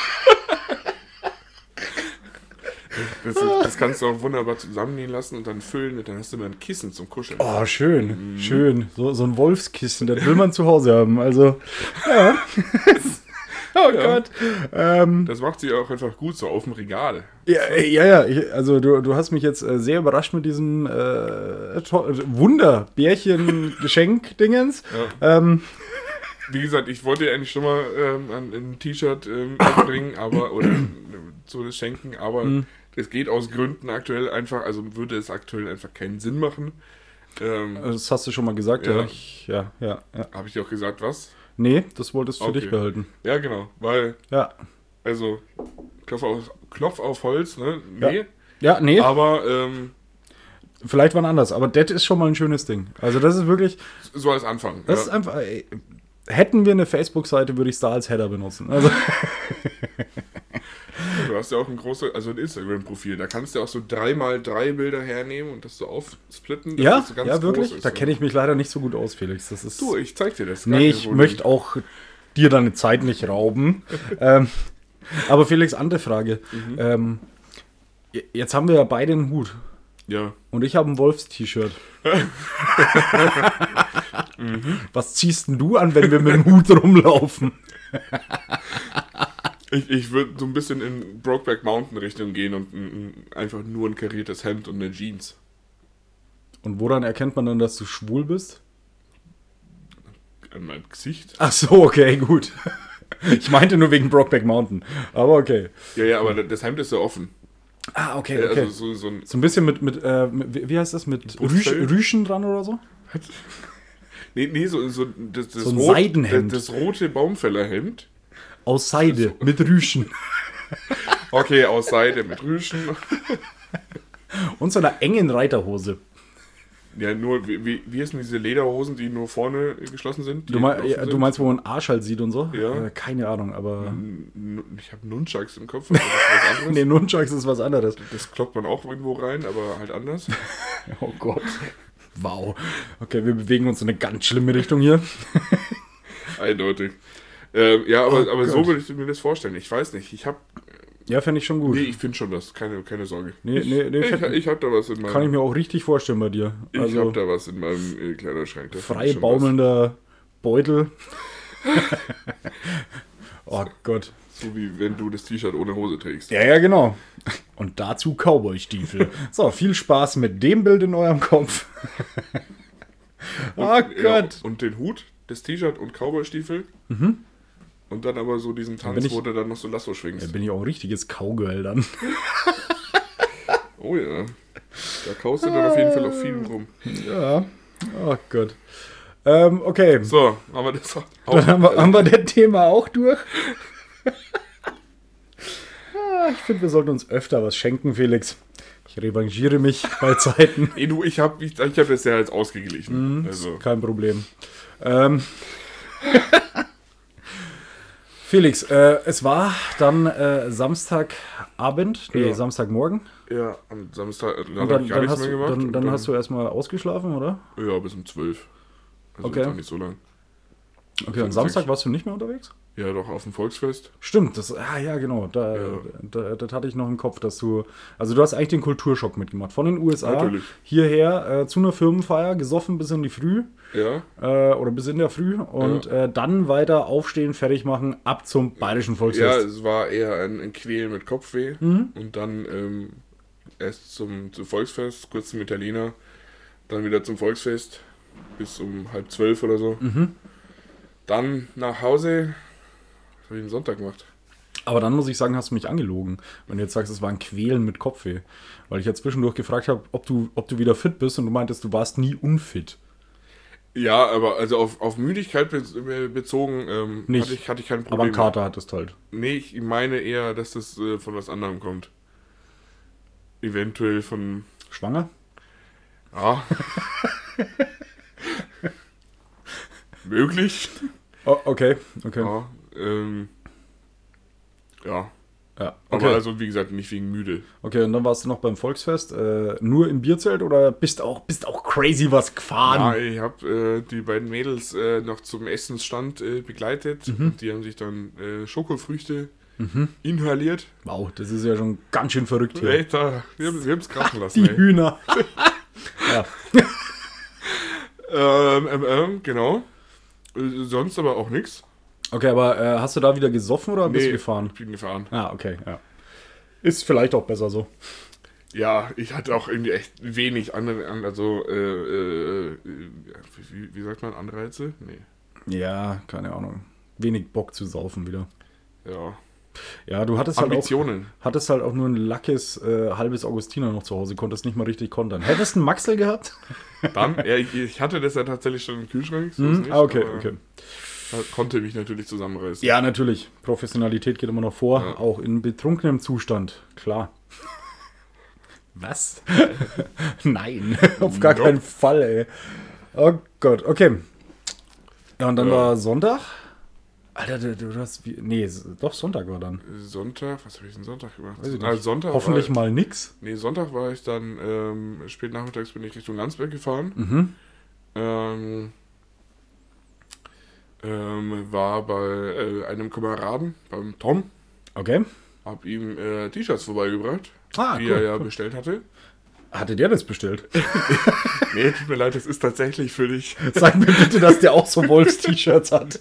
Das, das kannst du auch wunderbar zusammennähen lassen und dann füllen und dann hast du mal ein Kissen zum Kuscheln. Oh, schön, mhm. schön. So, so ein Wolfskissen, das will man zu Hause haben. Also, ja. Oh ja. Gott. Ähm, das macht sie auch einfach gut, so auf dem Regal. Ja, ja, ja. Ich, also du, du hast mich jetzt äh, sehr überrascht mit diesem äh, Wunder-Bärchen-Geschenk-Dingens. Ja. Ähm, Wie gesagt, ich wollte eigentlich schon mal ähm, ein, ein T-Shirt ähm, bringen, aber oder so das schenken, aber mhm. es geht aus Gründen aktuell einfach, also würde es aktuell einfach keinen Sinn machen. Ähm, das hast du schon mal gesagt, ja. Ja, ich, ja, ja, ja. Habe ich dir auch gesagt, was? Nee, das wolltest du für Okay. dich behalten. Ja, genau, weil, Ja. also, Klopf auf, Klopf auf Holz, ne? Nee. Ja, ja nee. Aber, ähm, vielleicht wann anders, aber das ist schon mal ein schönes Ding. Also das ist wirklich... so als Anfang. Das ja. ist einfach... Ey, hätten wir eine Facebook-Seite, würde ich es da als Header benutzen. Also Du hast ja auch ein großes, also ein Instagram-Profil, da kannst du auch so drei mal drei Bilder hernehmen und das so aufsplitten. Das ja, so ganz ja, wirklich? ist, da kenne ich mich leider nicht so gut aus, Felix. Das ist du, ich zeig dir das. Nee, ich möchte auch dir deine Zeit nicht rauben. ähm, aber Felix, andere Frage. Mhm. Ähm, jetzt haben wir ja beide einen Hut. Ja. Und ich habe ein Wolfs-T-Shirt. mhm. Was ziehst denn du an, wenn wir mit dem Hut rumlaufen? Ich, ich würde so ein bisschen in Brokeback Mountain Richtung gehen und n, n, einfach nur ein kariertes Hemd und eine Jeans. Und woran erkennt man dann, dass du schwul bist? An meinem Gesicht. Ach so, okay, gut. Ich meinte nur wegen Brokeback Mountain. Aber okay. Ja, ja, aber das Hemd ist ja offen. Ah, okay, okay. Also so, so, ein, so ein bisschen mit, mit, äh, mit wie heißt das, mit Rüsch, Rüschen dran oder so? Nee, nee, so, so das, das, so ein Rot, Seidenhemd. Das, das rote Baumfällerhemd. Aus Seide, mit Rüschen. Okay, aus Seide, mit Rüschen. Und so einer engen Reiterhose. Ja, nur, wie, wie, wie heißen diese Lederhosen, die nur vorne geschlossen sind? Du, mein, ja, sind? Du meinst, wo man Arsch halt sieht und so? Ja. Äh, keine Ahnung, aber... Ich habe Nunchucks im Kopf, aber das ist was anderes. Nee, Nunchucks ist was anderes. Das kloppt man auch irgendwo rein, aber halt anders. Oh Gott. Wow. Okay, wir bewegen uns in eine ganz schlimme Richtung hier. Eindeutig. Ähm, ja, aber, oh aber Gott. so würde ich mir das vorstellen. Ich weiß nicht, ich habe... Ja, fände ich schon gut. Nee, ich finde schon was. Keine, keine Sorge. Nee, nee, nee, ich ich, ich habe da was in meinem... Kann ich mir auch richtig vorstellen bei dir. Also, ich also, habe da was in meinem äh, Kleiderschrank. Frei baumelnder was. Beutel. Oh Oh Gott. So wie wenn du das T-Shirt ohne Hose trägst. Ja, ja, genau. Und dazu Cowboy-Stiefel. So, viel Spaß mit dem Bild in eurem Kopf. Oh Und, Gott. ja, und den Hut, das T-Shirt und Cowboy-Stiefel. Mhm. Und dann aber so diesen Tanz, bin ich- wo du dann noch so Lasso schwingst. Da bin ich auch ein richtiges Cowgirl dann. Oh ja. Da kaust du dann auf jeden Fall auf viel rum. Ja. Oh Gott. Ähm, okay. So, haben wir das auch. Dann haben wir, haben wir das Thema auch durch. Ah, ich finde, wir sollten uns öfter was schenken, Felix. Ich revanchiere mich bei Zeiten. Nee, du, ich habe ich, ich hab das ja jetzt ausgeglichen. Mhm, Also. Kein Problem. Ähm, Felix, äh, es war dann äh, Samstagabend, nee, Ja. Samstagmorgen. Ja, am Samstag äh, dann Und habe dann, ich gar dann, nichts hast, mehr du, gemacht. dann, und dann hast du erstmal ausgeschlafen, oder? Ja, bis um zwölf. Also Okay. jetzt auch nicht so lang. Okay, und Samstag warst du nicht mehr unterwegs? Ja, doch, auf dem Volksfest. Stimmt, das, ah ja, genau, da, Ja. da, das hatte ich noch im Kopf, dass du, also du hast eigentlich den Kulturschock mitgemacht, von den U S A Natürlich. hierher äh, zu einer Firmenfeier, gesoffen bis in die Früh, Ja, äh, oder bis in der Früh und äh, dann weiter aufstehen, fertig machen, ab zum Bayerischen ja, Volksfest. es war eher ein, ein Quälen mit Kopfweh. Und dann ähm, erst zum, zum Volksfest, kurz zum Italiener, dann wieder zum Volksfest bis um halb zwölf oder so. Dann nach Hause. Was habe ich am Sonntag gemacht? Aber dann muss ich sagen, hast du mich angelogen, wenn du jetzt sagst, es war ein Quälen mit Kopfweh. Weil ich ja zwischendurch gefragt habe, ob du, ob du wieder fit bist und du meintest, du warst nie unfit. Ja, aber also auf, auf Müdigkeit be- bezogen ähm, Nicht. hatte, ich, hatte ich kein Problem. Aber einen Kater hattest halt. Nee, ich meine eher, dass das äh, von was anderem kommt. Eventuell von. Schwanger? Ja. Möglich. Oh, okay, okay. Ja. Ähm, ja. Ja, Aber okay. also, wie gesagt, nicht wegen müde. Okay, und dann warst du noch beim Volksfest, äh, nur im Bierzelt oder bist auch, bist auch crazy was gefahren? Ja, ich habe äh, die beiden Mädels äh, noch zum Essensstand äh, begleitet. Und die haben sich dann äh, Schokofrüchte inhaliert. Wow, das ist ja schon ganz schön verrückt hier. Alter, wir haben es krachen lassen. Die ey. Hühner. Ja. Ähm, ähm, ähm, genau. Äh, sonst aber auch nichts. Okay, aber äh, hast du da wieder gesoffen oder bist Nee, du gefahren? Ich bin gefahren. Ah, okay, ja. Ist vielleicht auch besser so. Ja, ich hatte auch irgendwie echt wenig andere, an- also, äh, äh, äh, wie, wie sagt man, Anreize? Nee. Ja, keine Ahnung. Wenig Bock zu saufen wieder. Ja. Ja, du hattest halt, auch, Ambitionen. hattest halt auch nur ein lackes äh, halbes Augustiner noch zu Hause, konntest nicht mal richtig kontern. Hättest du einen Maxel gehabt? Dann, ja, ich, ich hatte das ja tatsächlich schon im Kühlschrank. So ist Hm, nicht, ah, okay, aber okay. Konnte mich natürlich zusammenreißen. Ja, natürlich. Professionalität geht immer noch vor, Ja. auch in betrunkenem Zustand. Klar. Was? Nein, auf gar Nope. keinen Fall, ey. Oh Gott, okay. Ja, und dann Ja. war Sonntag. Alter, du, du hast wie. Nee, s- doch, Sonntag war dann. Sonntag, was habe ich denn Sonntag gemacht? Weiß ich nicht. Ah, Sonntag Hoffentlich war, mal nix. Nee, Sonntag war ich dann, ähm, spät nachmittags bin ich Richtung Landsberg gefahren. Mhm. Ähm, ähm, war bei äh, einem Kameraden, beim Tom, Okay. hab ihm äh, T-Shirts vorbeigebracht, Ah, die cool, er ja cool. bestellt hatte. Hatte der das bestellt? Nee, tut mir leid, das ist tatsächlich für dich. Sag mir bitte, dass der auch so Wolfs-T-Shirts hat.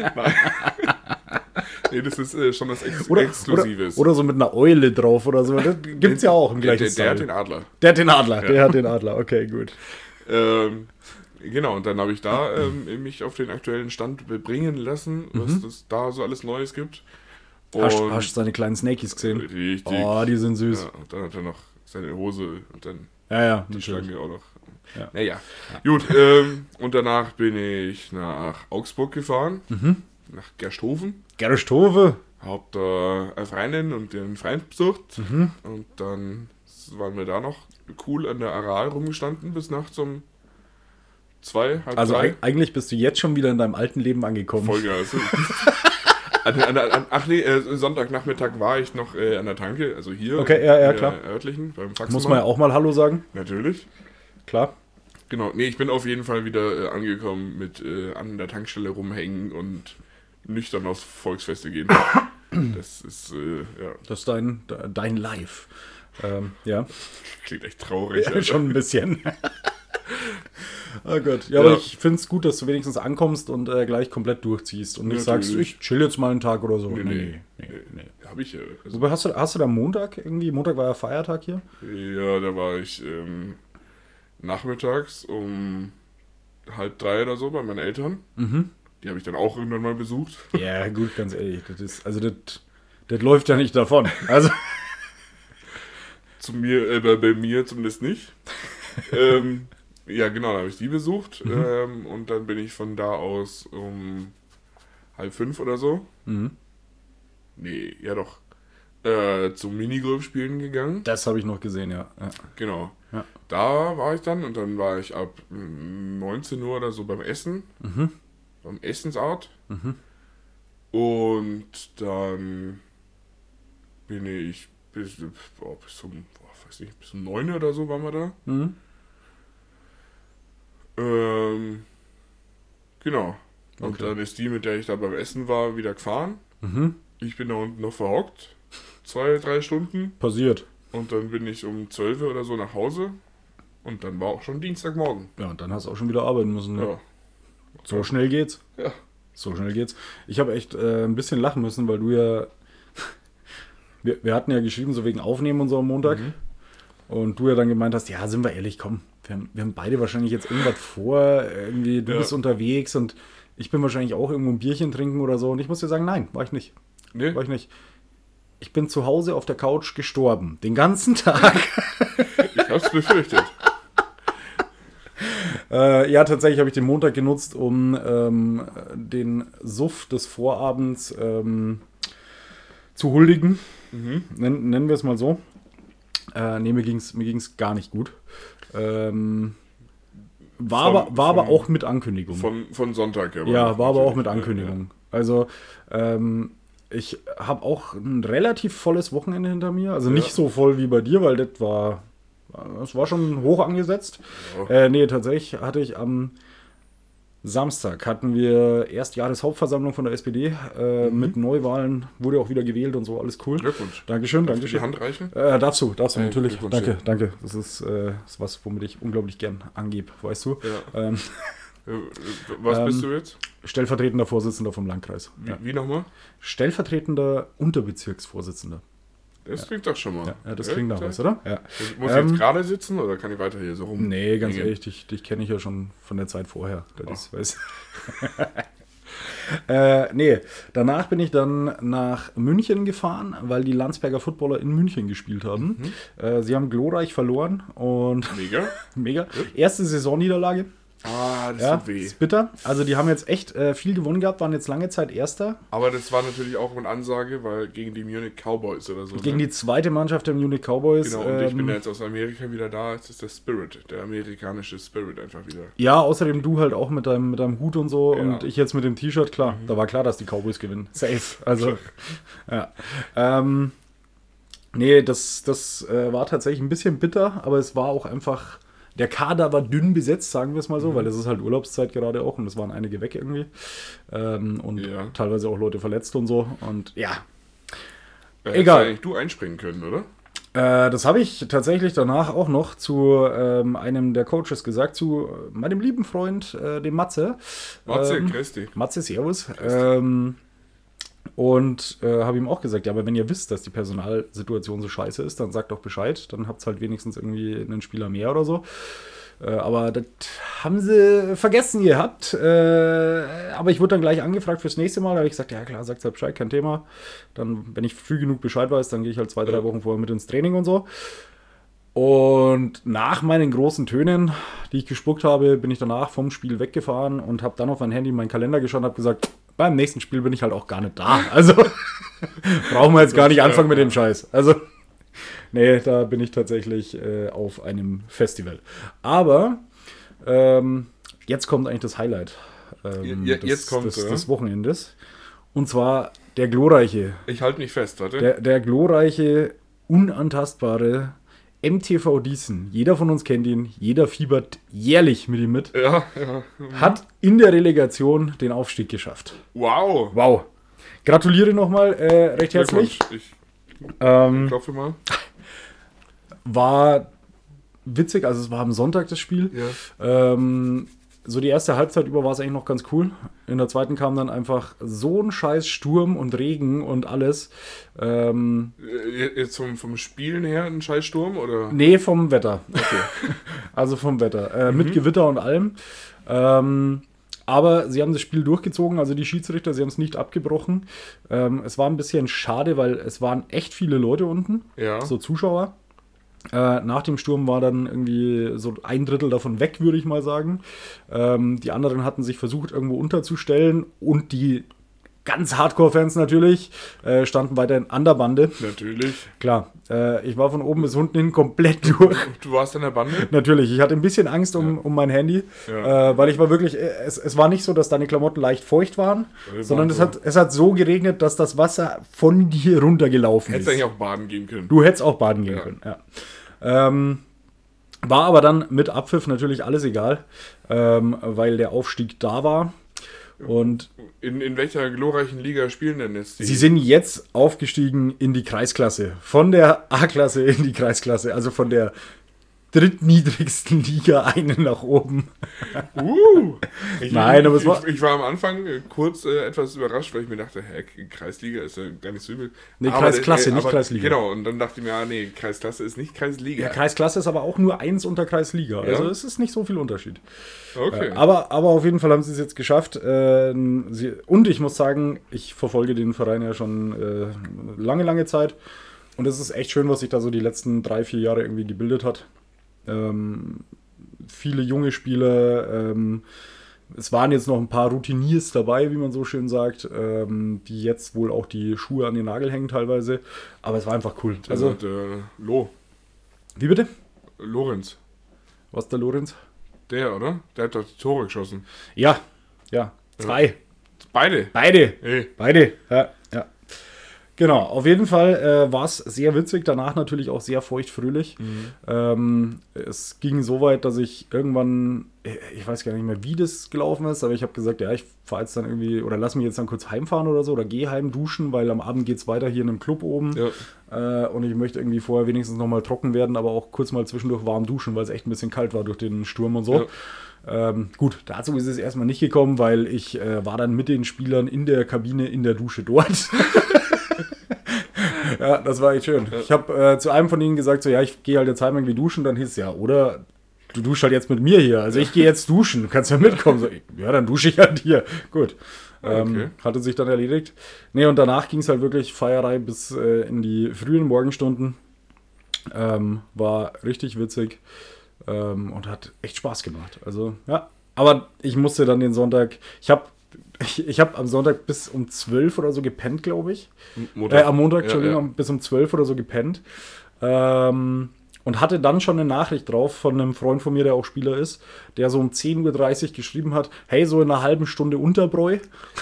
Nee, das ist äh, schon was Ex Oder, Exklusives. oder, oder so mit einer Eule drauf oder so. Das gibt's ja auch im der, gleichen der, der hat Style. den Adler. Der hat den Adler, der hat den Adler. Okay, gut. Ähm, genau, und dann habe ich da ähm, mich auf den aktuellen Stand bringen lassen, was es da so alles Neues gibt. Und Hast, hast du seine kleinen Snakies gesehen? Richtig. Oh, die sind süß. Ja, und dann hat er noch seine Hose und dann Ja, ja, die natürlich. Schlange auch noch. Ja. Naja, gut. Ähm, und danach bin ich nach Augsburg gefahren, Mhm. nach Gersthofen. Gersthofe. Hab da eine Freundin und den Freund besucht. Mhm. Und dann waren wir da noch cool an der Aral rumgestanden bis nachts um zwei, halb Also drei. eig- eigentlich bist du jetzt schon wieder in deinem alten Leben angekommen. Voll geil. Also, an, an, an, ach nee, äh, Sonntagnachmittag war ich noch äh, an der Tanke, also hier. Okay, ja, ja, in der klar. örtlichen, beim Faxomat. Muss man ja auch mal Hallo sagen. Natürlich. Klar. Genau, nee, ich bin auf jeden Fall wieder äh, angekommen mit äh, an der Tankstelle rumhängen und nüchtern aufs Volksfeste gehen. Das ist, äh, ja, Das ist dein, dein Live. Ähm, ja. klingt echt traurig. Ja, Alter. schon ein bisschen. Oh Gott. Ja, ja. Aber ich finde es gut, dass du wenigstens ankommst und äh, gleich komplett durchziehst und nicht Natürlich. sagst, ich chill jetzt mal einen Tag oder so. Nee, nee. nee, nee, nee. nee. Hab ich ja. Also Wobei, hast du, hast du da Montag irgendwie? Montag war ja Feiertag hier? Ja, da war ich ähm, nachmittags um halb drei oder so bei meinen Eltern. Mhm. Die habe ich dann auch irgendwann mal besucht. Ja, gut, ganz ehrlich. Das ist, also das, das läuft ja nicht davon. Also... Zu mir, äh, bei, bei mir zumindest nicht. ähm, ja, genau, da habe ich die besucht. Mhm. Ähm, und dann bin ich von da aus um halb fünf oder so. Mhm. Nee, ja doch. Äh, zum Minigolf spielen gegangen. Das habe ich noch gesehen, ja. ja. Genau. Ja. Da war ich dann und dann war ich ab neunzehn Uhr oder so beim Essen. Mhm. Beim Essensart. Mhm. Und dann bin ich bis, boah, bis um, boah, weiß nicht, bis um neun oder so waren wir da. Mhm. Ähm, genau. Und Okay. dann ist die, mit der ich da beim Essen war, wieder gefahren. Mhm. Ich bin da unten noch verhockt. Zwei, drei Stunden. Passiert. Und dann bin ich um zwölf oder so nach Hause. Und dann war auch schon Dienstagmorgen. Ja, und dann hast du auch schon wieder arbeiten müssen. Ne? Ja. So ja. schnell geht's. Ja. So schnell geht's. Ich habe echt äh, ein bisschen lachen müssen, weil du ja... wir, wir hatten ja geschrieben, so wegen Aufnehmen und so am Montag. Mhm. Und du ja dann gemeint hast, ja, sind wir ehrlich, komm, wir haben, wir haben beide wahrscheinlich jetzt irgendwas vor. Irgendwie, du ja. bist unterwegs und ich bin wahrscheinlich auch irgendwo ein Bierchen trinken oder so. Und ich muss dir sagen, nein, war ich nicht. Nee? War ich nicht. Ich bin zu Hause auf der Couch gestorben. Den ganzen Tag. Ich hab's befürchtet. äh, ja, tatsächlich habe ich den Montag genutzt, um ähm, den Suff des Vorabends ähm, zu huldigen. Mhm. Nen, nennen wir es mal so. Äh, nee, mir ging's, mir ging's gar nicht gut. Ähm, war von, aber, war von, aber auch mit Ankündigung. Von, von Sonntag, ja. Ja, war aber auch mit Ankündigung. Ja, ja. Also, ähm, ich habe auch ein relativ volles Wochenende hinter mir. Also nicht ja. so voll wie bei dir, weil das war, das war schon hoch angesetzt. Ja. Äh, nee, tatsächlich hatte ich am Samstag hatten wir erst Jahreshauptversammlung von der S P D äh, mhm. mit Neuwahlen, wurde auch wieder gewählt und so, alles cool. Glückwunsch. Dankeschön, Darf Dankeschön. Die Hand reichen? Äh, darfst du, darfst du, hey, natürlich. Danke, danke. Das ist, äh, ist was, womit ich unglaublich gern angebe, weißt du. Ja. Ähm, was ähm, bist du jetzt? Stellvertretender Vorsitzender vom Landkreis. Wie, ja. wie nochmal? Stellvertretender Unterbezirksvorsitzender. Das klingt doch schon mal. Ja, ja das klingt nach was, oder? Ja. Muss ich ähm, jetzt gerade sitzen oder kann ich weiter hier so rum? Nee, ganz ehrlich, dich, dich kenne ich ja schon von der Zeit vorher. Das oh. ist, äh, nee, danach bin ich dann nach München gefahren, weil die Landsberger Footballer in München gespielt haben. Mhm. Äh, sie haben glorreich verloren und mega. mega. Erste Saisonniederlage. Ah, das ja, tut weh. Ist bitter. Also die haben jetzt echt äh, viel gewonnen gehabt, waren jetzt lange Zeit Erster. Aber das war natürlich auch eine Ansage, weil gegen die Munich Cowboys oder so. Gegen ne? die zweite Mannschaft der Munich Cowboys. Genau, und ähm, ich bin ja jetzt aus Amerika wieder da. Es ist der Spirit, der amerikanische Spirit einfach wieder. Ja, außerdem du halt auch mit deinem, mit deinem Hut und so ja. und ich jetzt mit dem T-Shirt, klar. Mhm. Da war klar, dass die Cowboys gewinnen. Safe. Also, ja. Ähm, nee, das, das äh, war tatsächlich ein bisschen bitter, aber es war auch einfach... Der Kader war dünn besetzt, sagen wir es mal so, mhm. weil es ist halt Urlaubszeit gerade auch und es waren einige weg irgendwie. Ähm, und ja. teilweise auch Leute verletzt und so. Und ja. Äh, Egal. Hättest du einspringen können, oder? Äh, das habe ich tatsächlich danach auch noch zu ähm, einem der Coaches gesagt, zu meinem lieben Freund, äh, dem Matze. Matze, ähm, grüß dich. Matze, servus. Ähm, Und äh, habe ihm auch gesagt, ja, aber wenn ihr wisst, dass die Personalsituation so scheiße ist, dann sagt doch Bescheid. Dann habt ihr halt wenigstens irgendwie einen Spieler mehr oder so. Äh, aber das haben sie vergessen gehabt. Äh, aber ich wurde dann gleich angefragt fürs nächste Mal. Da habe ich gesagt, ja klar, sagt halt Bescheid, kein Thema. Dann, wenn ich früh genug Bescheid weiß, dann gehe ich halt zwei, drei Wochen vorher mit ins Training und so. Und nach meinen großen Tönen, die ich gespuckt habe, bin ich danach vom Spiel weggefahren und habe dann auf mein Handy meinen Kalender geschaut und habe gesagt, beim nächsten Spiel bin ich halt auch gar nicht da. Also brauchen wir jetzt gar nicht anfangen mit dem Scheiß. Also nee, da bin ich tatsächlich äh, auf einem Festival. Aber ähm, jetzt kommt eigentlich das Highlight ähm, ja, des, jetzt kommt, des, ja. des Wochenendes. Und zwar der glorreiche. Ich halte mich fest, warte. Der, der glorreiche, unantastbare M T V Dießen, jeder von uns kennt ihn, jeder fiebert jährlich mit ihm mit, ja, ja. Mhm. hat in der Relegation den Aufstieg geschafft. Wow. Wow. Gratuliere nochmal äh, recht herzlich. Ich ähm, klopfe mal. War witzig, also es war am Sonntag das Spiel. Ja. Ähm, so die erste Halbzeit über war es eigentlich noch ganz cool. In der zweiten kam dann einfach so ein scheiß Sturm und Regen und alles. Ähm, Jetzt vom, vom Spielen her ein Scheißsturm, oder? Nee, vom Wetter. Okay. Also vom Wetter. Äh, mhm. Mit Gewitter und allem. Ähm, aber sie haben das Spiel durchgezogen, also die Schiedsrichter, sie haben es nicht abgebrochen. Ähm, es war ein bisschen schade, weil es waren echt viele Leute unten, ja. so Zuschauer. Äh, nach dem Sturm war dann irgendwie so ein Drittel davon weg, würde ich mal sagen. Ähm, die anderen hatten sich versucht, irgendwo unterzustellen und die ganz Hardcore-Fans natürlich äh, standen weiterhin an der Bande. Natürlich. Klar, äh, ich war von oben bis unten hin komplett durch. Du warst an der Bande? Natürlich, ich hatte ein bisschen Angst um, ja. um mein Handy, ja. äh, weil ich war wirklich, es, es war nicht so, dass deine Klamotten leicht feucht waren, ja, sondern es hat, es hat so geregnet, dass das Wasser von dir runtergelaufen Hättest ist. Hättest eigentlich auch baden gehen können. Du hättest auch baden gehen ja. können, ja. Ähm, war aber dann mit Abpfiff natürlich alles egal, ähm, weil der Aufstieg da war. Und in, in welcher glorreichen Liga spielen denn jetzt die? Sie sind jetzt aufgestiegen in die Kreisklasse. Von der A-Klasse in die Kreisklasse. Also von der drittniedrigsten Liga einen nach oben. Uh, ich, Nein, aber es ich, war... Ich, ich war am Anfang äh, kurz äh, etwas überrascht, weil ich mir dachte, hä, Kreisliga ist ja gar nicht so übel. Nee, aber Kreisklasse, der, äh, nicht aber, Kreisliga. Genau, und dann dachte ich mir, ah, nee, Kreisklasse ist nicht Kreisliga. Ja, Kreisklasse ist aber auch nur eins unter Kreisliga. Also ja? Es ist nicht so viel Unterschied. Okay. Äh, aber, aber auf jeden Fall haben sie es jetzt geschafft. Äh, sie, und ich muss sagen, ich verfolge den Verein ja schon äh, lange, lange Zeit. Und es ist echt schön, was sich da so die letzten drei, vier Jahre irgendwie gebildet hat. Ähm, viele junge Spieler, ähm, es waren jetzt noch ein paar Routiniers dabei, wie man so schön sagt, ähm, die jetzt wohl auch die Schuhe an den Nagel hängen teilweise, aber es war einfach cool. Also, also der Lo. Wie bitte? Lorenz. Was der Lorenz? Der, oder? Der hat doch die Tore geschossen. Ja, ja, zwei. Ja. Beide? Beide. Hey. Beide, ja, ja. Genau, auf jeden Fall äh, war es sehr witzig, danach natürlich auch sehr feuchtfröhlich. Mhm. Ähm, es ging so weit, dass ich irgendwann, ich weiß gar nicht mehr, wie das gelaufen ist, aber ich habe gesagt, ja, ich fahre jetzt dann irgendwie, oder lass mich jetzt dann kurz heimfahren oder so, oder geh heim duschen, weil am Abend geht es weiter hier in einem Club oben. Ja. Äh, und ich möchte irgendwie vorher wenigstens nochmal trocken werden, aber auch kurz mal zwischendurch warm duschen, weil es echt ein bisschen kalt war durch den Sturm und so. Ja. Ähm, gut, dazu ist es erstmal nicht gekommen, weil ich äh, war dann mit den Spielern in der Kabine in der Dusche dort. Ja, das war echt schön. Ja. Ich habe äh, zu einem von ihnen gesagt, so ja, ich gehe halt jetzt heim irgendwie duschen. Dann hieß es ja, oder du duschst halt jetzt mit mir hier. Also ich gehe jetzt duschen, du kannst ja mitkommen. So, ja, dann dusche ich halt hier. Gut. Ähm, okay. Hatte sich dann erledigt. Nee, und danach ging es halt wirklich Feierei bis äh, in die frühen Morgenstunden. Ähm, war richtig witzig ähm, und hat echt Spaß gemacht. Also, ja. Aber ich musste dann den Sonntag, ich habe Ich, ich habe am Sonntag bis um zwölf oder so gepennt, glaube ich. Montag. Äh, am Montag, Entschuldigung, ja, ja. bis um zwölf oder so gepennt. Ähm, und hatte dann schon eine Nachricht drauf von einem Freund von mir, der auch Spieler ist, der so um zehn Uhr dreißig geschrieben hat, hey, so in einer halben Stunde Unterbräu.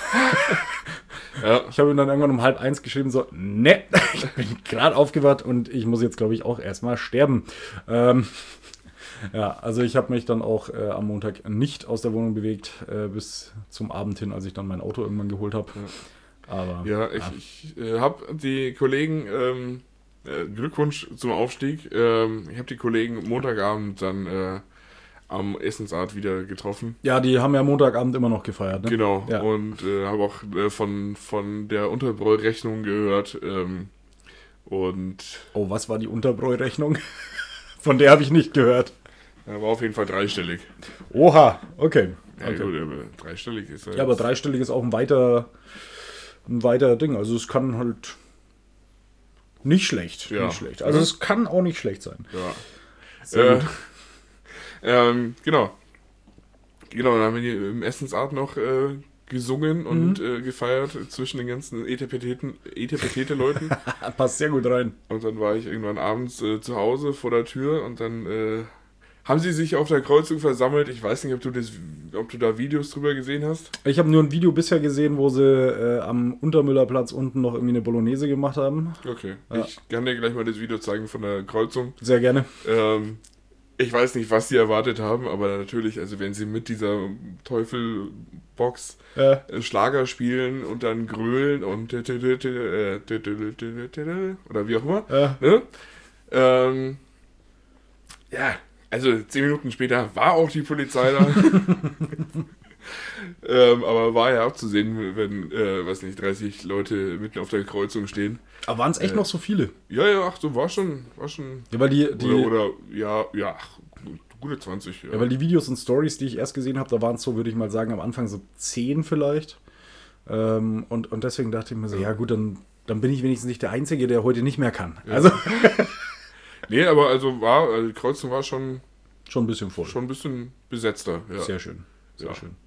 Ja. Ich habe ihm dann irgendwann um halb eins geschrieben, so, ne, ich bin gerade aufgewacht und ich muss jetzt, glaube ich, auch erstmal sterben. Ähm, Ja, also ich habe mich dann auch äh, am Montag nicht aus der Wohnung bewegt, äh, bis zum Abend hin, als ich dann mein Auto irgendwann geholt habe. Ja. Aber ja, ich, ja. ich äh, habe die Kollegen, ähm, äh, Glückwunsch zum Aufstieg, ähm, ich habe die Kollegen Montagabend dann äh, am Essensart wieder getroffen. Ja, die haben ja Montagabend immer noch gefeiert, ne? Genau, ja. und äh, habe auch äh, von, von der Unterbräu-Rechnung gehört. Ähm, und oh, was war die Unterbräu-Rechnung? Von der habe ich nicht gehört. Er war auf jeden Fall dreistellig. Oha, okay. Ja, okay. Gut, aber dreistellig ist halt. Ja, aber dreistellig ist auch ein weiter, ein weiter Ding. Also es kann halt nicht schlecht. Ja. Nicht schlecht. Also es kann auch nicht schlecht sein. Ja. Sehr äh, gut. Ähm, genau. Genau, dann haben wir hier im Essensart noch äh, gesungen und mhm. äh, gefeiert zwischen den ganzen Etepetete-Leuten. Passt sehr gut rein. Und dann war ich irgendwann abends äh, zu Hause vor der Tür und dann äh, haben sie sich auf der Kreuzung versammelt. Ich weiß nicht, ob du, das, ob du da Videos drüber gesehen hast. Ich habe nur ein Video bisher gesehen, wo sie äh, am Untermüllerplatz unten noch irgendwie eine Bolognese gemacht haben. Okay, ja. Ich kann dir gleich mal das Video zeigen von der Kreuzung. Sehr gerne. Ähm, ich weiß nicht, was sie erwartet haben, aber natürlich, also wenn sie mit dieser Teufelbox ja. Schlager spielen und dann grölen und oder wie auch immer. Ja. Ne? Ähm, ja, Also zehn Minuten später war auch die Polizei da. ähm, aber war ja abzusehen, wenn, äh, weiß nicht, dreißig Leute mitten auf der Kreuzung stehen. Aber waren es echt äh, noch so viele? Ja, ja, ach so, war schon, war schon. Ja, weil die, die oder, oder, ja, ja, ach, gute zwanzig. Ja. ja, weil die Videos und Stories, die ich erst gesehen habe, da waren es so, würde ich mal sagen, am Anfang so zehn vielleicht. Ähm, und, und deswegen dachte ich mir so, ja, ja gut, dann, dann bin ich wenigstens nicht der Einzige, der heute nicht mehr kann. Ja. Also. Nee, aber also war, also die Kreuzung war schon. Schon ein bisschen voll. Schon ein bisschen besetzter. Ja. Sehr schön. Sehr ja. schön.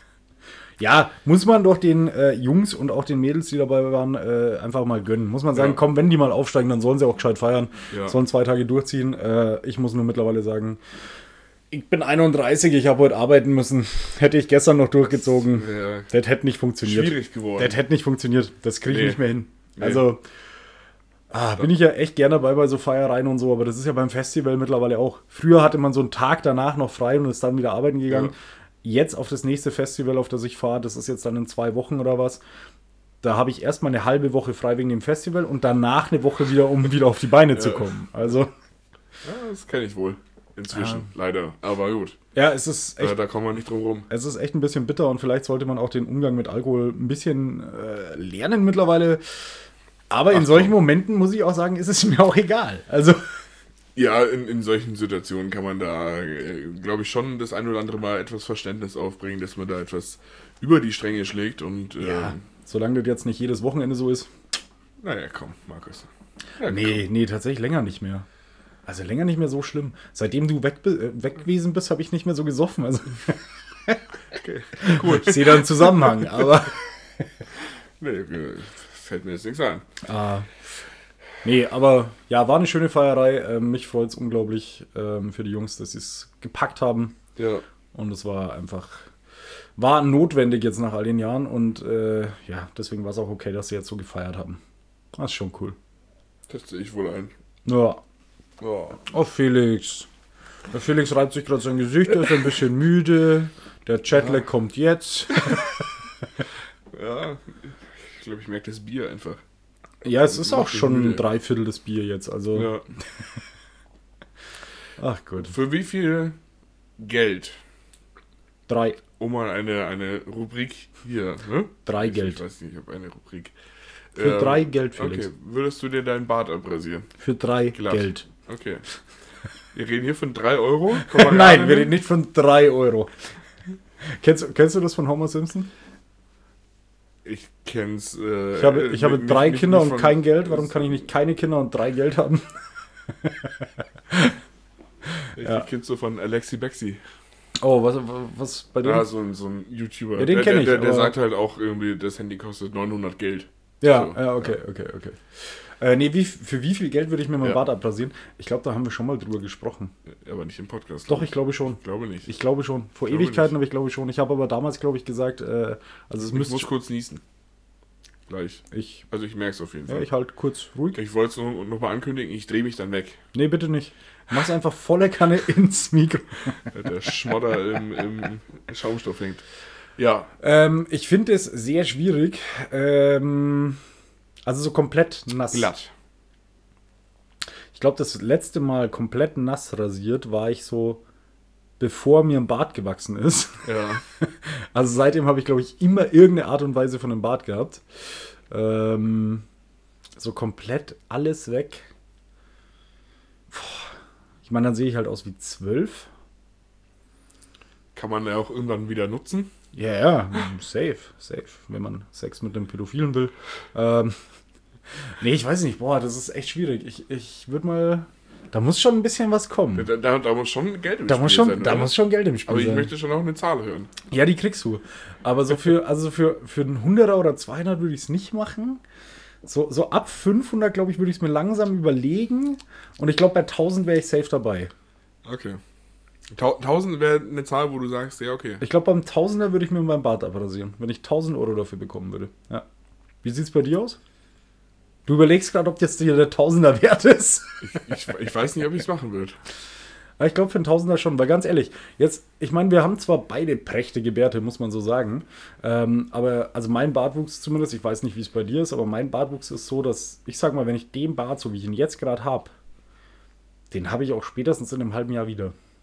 Ja, muss man doch den äh, Jungs und auch den Mädels, die dabei waren, äh, einfach mal gönnen. Muss man sagen, ja. komm, wenn die mal aufsteigen, dann sollen sie auch gescheit feiern. Ja. Sollen zwei Tage durchziehen. Äh, ich muss nur mittlerweile sagen, ich bin einunddreißig, ich habe heute arbeiten müssen. Hätte ich gestern noch durchgezogen. Ja. Das hätte nicht funktioniert. Schwierig geworden. Das hätte nicht funktioniert. Das kriege ich nee. nicht mehr hin. Nee. Also, ah, bin ich ja echt gerne dabei bei so Feiereien und so, aber das ist ja beim Festival mittlerweile auch. Früher hatte man so einen Tag danach noch frei und ist dann wieder arbeiten gegangen. Ja. Jetzt auf das nächste Festival, auf das ich fahre, das ist jetzt dann in zwei Wochen oder was, da habe ich erstmal eine halbe Woche frei wegen dem Festival und danach eine Woche wieder, um wieder auf die Beine ja. zu kommen. Also. Ja, das kenne ich wohl. Inzwischen, ja. leider. Aber gut. Ja, es ist echt. Ja, da kommen wir nicht drum rum. Es ist echt ein bisschen bitter und vielleicht sollte man auch den Umgang mit Alkohol ein bisschen äh, lernen mittlerweile. Aber Ach, in solchen komm. Momenten muss ich auch sagen, ist es mir auch egal. Also. Ja, in, in solchen Situationen kann man da, äh, glaube ich, schon das ein oder andere Mal etwas Verständnis aufbringen, dass man da etwas über die Stränge schlägt. Und, äh, ja, solange das jetzt nicht jedes Wochenende so ist. Naja, komm, Markus. Ja, nee, komm. nee, tatsächlich länger nicht mehr. Also länger nicht mehr so schlimm. Seitdem du weg, äh, weg gewesen bist, habe ich nicht mehr so gesoffen. Also okay, gut. Ich sehe da einen Zusammenhang, aber nee, fällt mir jetzt nichts ein. Ah. Nee, aber ja, war eine schöne Feierei. Ähm, mich freut es unglaublich ähm, für die Jungs, dass sie es gepackt haben. Ja. Und es war einfach, war notwendig jetzt nach all den Jahren. Und äh, ja, deswegen war es auch okay, dass sie jetzt so gefeiert haben. Das ist schon cool. Das sehe ich wohl ein. Ja. Oh, oh Felix. Der Felix reibt sich gerade sein Gesicht, er ist ein bisschen müde. Der Jetlag ja. kommt jetzt. Ja, ich glaube, ich merke das Bier einfach. Ja, es ist auch schon ein Dreiviertel des Bier jetzt, also. Ja. Ach gut. Für wie viel Geld? Drei. Um mal eine, eine Rubrik hier, ne? Drei ich, Geld. Ich weiß nicht, ich habe eine Rubrik. Für ähm, drei Geld, Felix. Okay, würdest du dir deinen Bart abrasieren? Für drei Glatt. Geld. Okay. Wir reden hier von drei Euro? Nein, wir reden nicht von drei Euro. kennst, kennst du das von Homer Simpson? Ich kenn's. Äh, ich habe, ich habe nicht, drei nicht, Kinder nicht und kein Geld. Warum kann ich nicht keine Kinder und drei Geld haben? ich ja. kenn's so von Alexi Bexi. Oh, was, was bei dem? Ja, so ein, so ein YouTuber. Ja, den kenne ich. Der, der, der sagt halt auch irgendwie, das Handy kostet neunhundert Geld. Ja, so. ja, okay, okay, okay. Äh, nee, wie, für wie viel Geld würde ich mir mein ja. Bart abrasieren? Ich glaube, da haben wir schon mal drüber gesprochen. Aber nicht im Podcast. Doch, ich glaube schon. Ich glaube nicht. Ich glaube schon. Vor glaube Ewigkeiten habe ich glaube schon. Ich habe aber damals, glaube ich, gesagt, äh, also es ich müsste... muss kurz niesen. Gleich. Ich, also ich merke es auf jeden Fall. Ja, ich halte kurz ruhig. Ich wollte es noch, noch mal ankündigen, ich drehe mich dann weg. Nee, bitte nicht. Mach's einfach volle Kanne ins Mikro. Der Schmodder im, im Schaumstoff hängt. Ja. Ähm, ich finde es sehr schwierig. Ähm, also so komplett nass. Glatt. Ich glaube, das letzte Mal komplett nass rasiert war ich so, bevor mir ein Bart gewachsen ist. Ja. Also seitdem habe ich, glaube ich, immer irgendeine Art und Weise von einem Bart gehabt. Ähm, so komplett alles weg. Puh. Ich meine, dann sehe ich halt aus wie zwölf. Kann man ja auch irgendwann wieder nutzen. Ja, ja, safe, safe, wenn man Sex mit einem Pädophilen will. Ähm, nee, ich weiß nicht, boah, das ist echt schwierig. Ich, ich würde mal, da muss schon ein bisschen was kommen. Da, da, da muss schon Geld im da Spiel muss schon, sein. Da oder? muss schon Geld im Spiel sein. Aber ich sein. möchte schon auch eine Zahl hören. Ja, die kriegst du. Aber so für, also für, für einen Hunderter oder zweihundert würde ich es nicht machen. So, so ab fünfhundert, glaube ich, würde ich es mir langsam überlegen. Und ich glaube, bei tausend wäre ich safe dabei. Okay. tausend wäre eine Zahl, wo du sagst, ja, okay. Ich glaube, beim Tausender würde ich mir meinen Bart abrasieren, wenn ich tausend Euro dafür bekommen würde. Ja. Wie sieht es bei dir aus? Du überlegst gerade, ob jetzt dir der Tausender wert ist. Ich, ich, ich weiß nicht, ob ich es machen würde. Ich glaube, für einen Tausender schon, weil ganz ehrlich, jetzt, ich meine, wir haben zwar beide prächtige Bärte, muss man so sagen, ähm, aber, also mein Bartwuchs zumindest, ich weiß nicht, wie es bei dir ist, aber mein Bartwuchs ist so, dass, ich sag mal, wenn ich den Bart, so wie ich ihn jetzt gerade habe, den habe ich auch spätestens in einem halben Jahr wieder.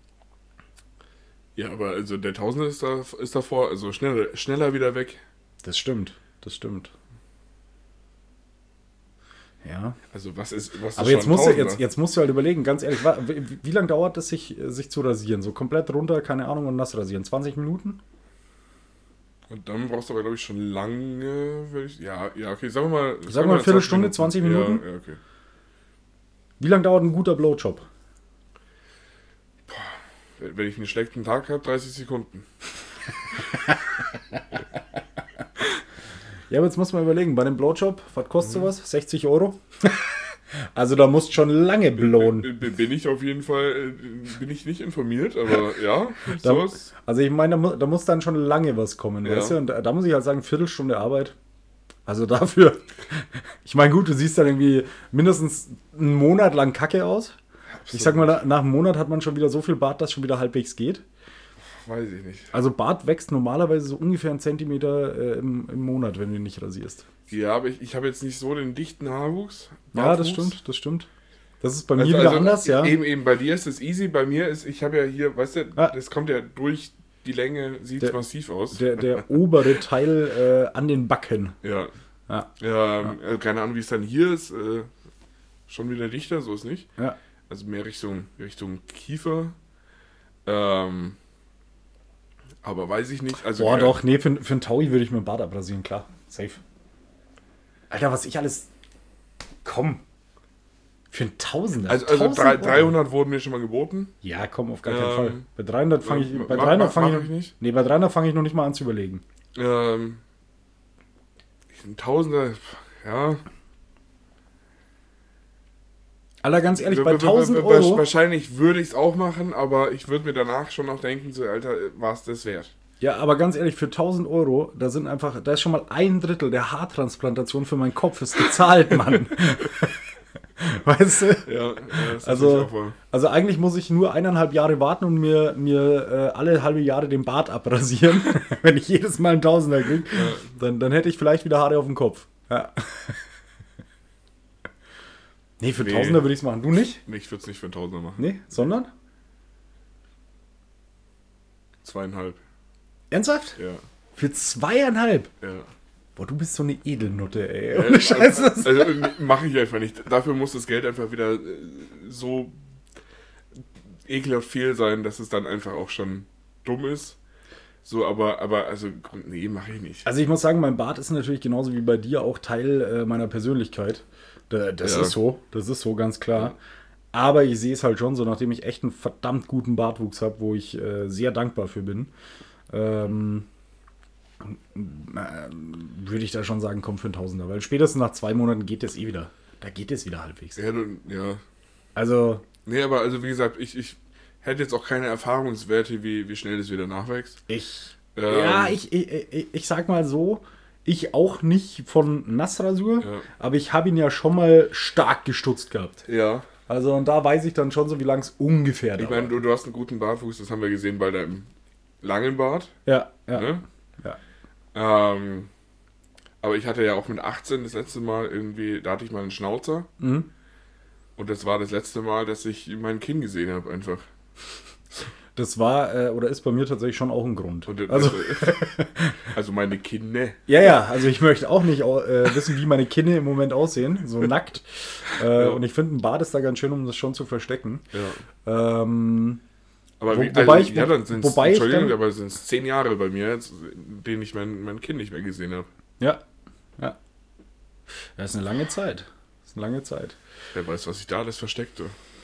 Ja, aber also der Tausender ist, da, ist davor, also schneller, schneller wieder weg. Das stimmt, das stimmt. Ja. Also was ist, was ist Aber jetzt schon musst, du, Tausender? jetzt, jetzt musst du halt überlegen, ganz ehrlich, wa- wie, wie lange dauert es, sich, sich zu rasieren? So komplett runter, keine Ahnung, und nass rasieren? zwanzig Minuten? Und dann brauchst du aber, glaube ich, schon lange, würde ich, ja, ja, okay, sagen wir mal... Sagen wir eine Viertelstunde, zwanzig Minuten? Ja, ja, okay. Wie lange dauert ein guter Blowjob? Wenn wenn ich einen schlechten Tag habe, dreißig Sekunden. Ja, aber jetzt muss man überlegen, bei dem Blowjob, was kostet sowas? sechzig Euro? Also da musst schon lange blowen. B- Bin ich auf jeden Fall, äh, bin ich nicht informiert, aber ja, Da, sowas. also ich meine, da, mu da muss dann schon lange was kommen, Ja. weißt du? Und da, da muss ich halt sagen, Viertelstunde Arbeit. Also dafür, ich meine, gut, du siehst dann irgendwie mindestens einen Monat lang Kacke aus. Ich sag mal, nach einem Monat hat man schon wieder so viel Bart, dass schon wieder halbwegs geht. Weiß ich nicht. Also Bart wächst normalerweise so ungefähr einen Zentimeter äh, im, im Monat, wenn du ihn nicht rasierst. Ja, aber ich, ich habe jetzt nicht so den dichten Haarwuchs. Ja, das Bartwuchs. stimmt, das stimmt. Das ist bei mir Also, wieder also anders, ja. Eben, eben, bei dir ist es easy, bei mir ist, ich habe ja hier, weißt du, Ah. das kommt ja durch die Länge, sieht Der- massiv aus. Der, der obere Teil äh, an den Backen. Ja. Ja. Ja, ähm, äh, keine Ahnung, wie es dann hier ist. Äh, schon wieder dichter, so ist nicht. Ja. Also mehr Richtung, Richtung Kiefer. Ähm, aber weiß ich nicht. Also Boah, kein- doch, nee, für, für einen Taui würde ich mir den Bart abrasieren, klar. Safe. Alter, was ich alles. Komm. Für einen Tausender. Also, also tausend drei, Euro. dreihundert wurden mir schon mal geboten. Ja, komm, auf gar keinen Ähm, Fall. Bei dreihundert fange ich, bei mach- dreihundert mach- fange mach ich, ich nicht. Nee, bei dreihundert fange ich noch nicht mal an zu überlegen. Ähm, ein Tausender, ja. Alter, ganz ehrlich, bei W- w- w- tausend w- Euro. Wahrscheinlich würde ich es auch machen, aber ich würde mir danach schon noch denken, so, Alter, war es das wert? Ja, aber ganz ehrlich, für tausend Euro, da sind einfach, da ist schon mal ein Drittel der Haartransplantation für meinen Kopf ist gezahlt, Mann. Weißt du? Ja, ja das ist Also, natürlich auch wahr. also eigentlich muss ich nur eineinhalb Jahre warten und mir, mir äh, alle halbe Jahre den Bart abrasieren. Wenn ich jedes Mal einen Tausender kriege, dann, dann hätte ich vielleicht wieder Haare auf dem Kopf. Ja. Nee, für Nee. Tausender würde ich es machen. Du nicht? Ich würde es nicht für einen Tausender machen. Nee, sondern? Zweieinhalb. Ernsthaft? Ja. Für zweieinhalb? Ja. Boah, du bist so eine Edelnutte, ey. Ja, Ohne Scheiß. Also, also mache ich einfach nicht. Dafür muss das Geld einfach wieder äh, so ekelhaft viel sein, dass es dann einfach auch schon dumm ist. So, aber, aber, also, nee, mache ich nicht. Also ich muss sagen, mein Bart ist natürlich genauso wie bei dir auch Teil äh, meiner Persönlichkeit. Da, das Ja. ist so, das ist so, ganz klar. Aber ich sehe es halt schon so, nachdem ich echt einen verdammt guten Bartwuchs habe, wo ich äh, sehr dankbar für bin, ähm, äh, würde ich da schon sagen, komm für einen Tausender. Weil spätestens nach zwei Monaten geht es eh wieder. Da geht es wieder halbwegs. Ja, du, ja. Also, Nee, aber also wie gesagt, ich, ich hätte jetzt auch keine Erfahrungswerte, wie, wie schnell das wieder nachwächst. ich... Ähm, ja, ich, ich, ich, ich sag mal so, ich auch nicht von Nassrasur, Ja. aber ich habe ihn ja schon mal stark gestutzt gehabt. Ja. Also und da weiß ich dann schon so, wie lang es ungefähr Ich dauert. meine, du, du hast einen guten Bartwuchs, das haben wir gesehen bei deinem langen Bart. Ja, ja, Ne? ja. Ähm, aber ich hatte ja auch mit achtzehn das letzte Mal irgendwie, da hatte ich mal einen Schnauzer. Mhm. Und das war das letzte Mal, dass ich mein Kinn gesehen habe, einfach. Das war äh, oder ist bei mir tatsächlich schon auch ein Grund. Und, Also, also meine Kinne. ja, ja, also ich möchte auch nicht äh, wissen, wie meine Kinne im Moment aussehen, so nackt. Äh, Ja. Und ich finde, ein Bart ist da ganz schön, um das schon zu verstecken. Ja. Ähm, Aber Wo- wie, wobei also, ich- ja, dann sind es, wobei ich Entschuldigung, dann- aber sind es zehn Jahre bei mir, jetzt, in denen ich mein, mein Kind nicht mehr gesehen habe. ja, ja. Das ist eine lange Zeit. Das ist eine lange Zeit. Wer weiß, was ich da alles versteckte.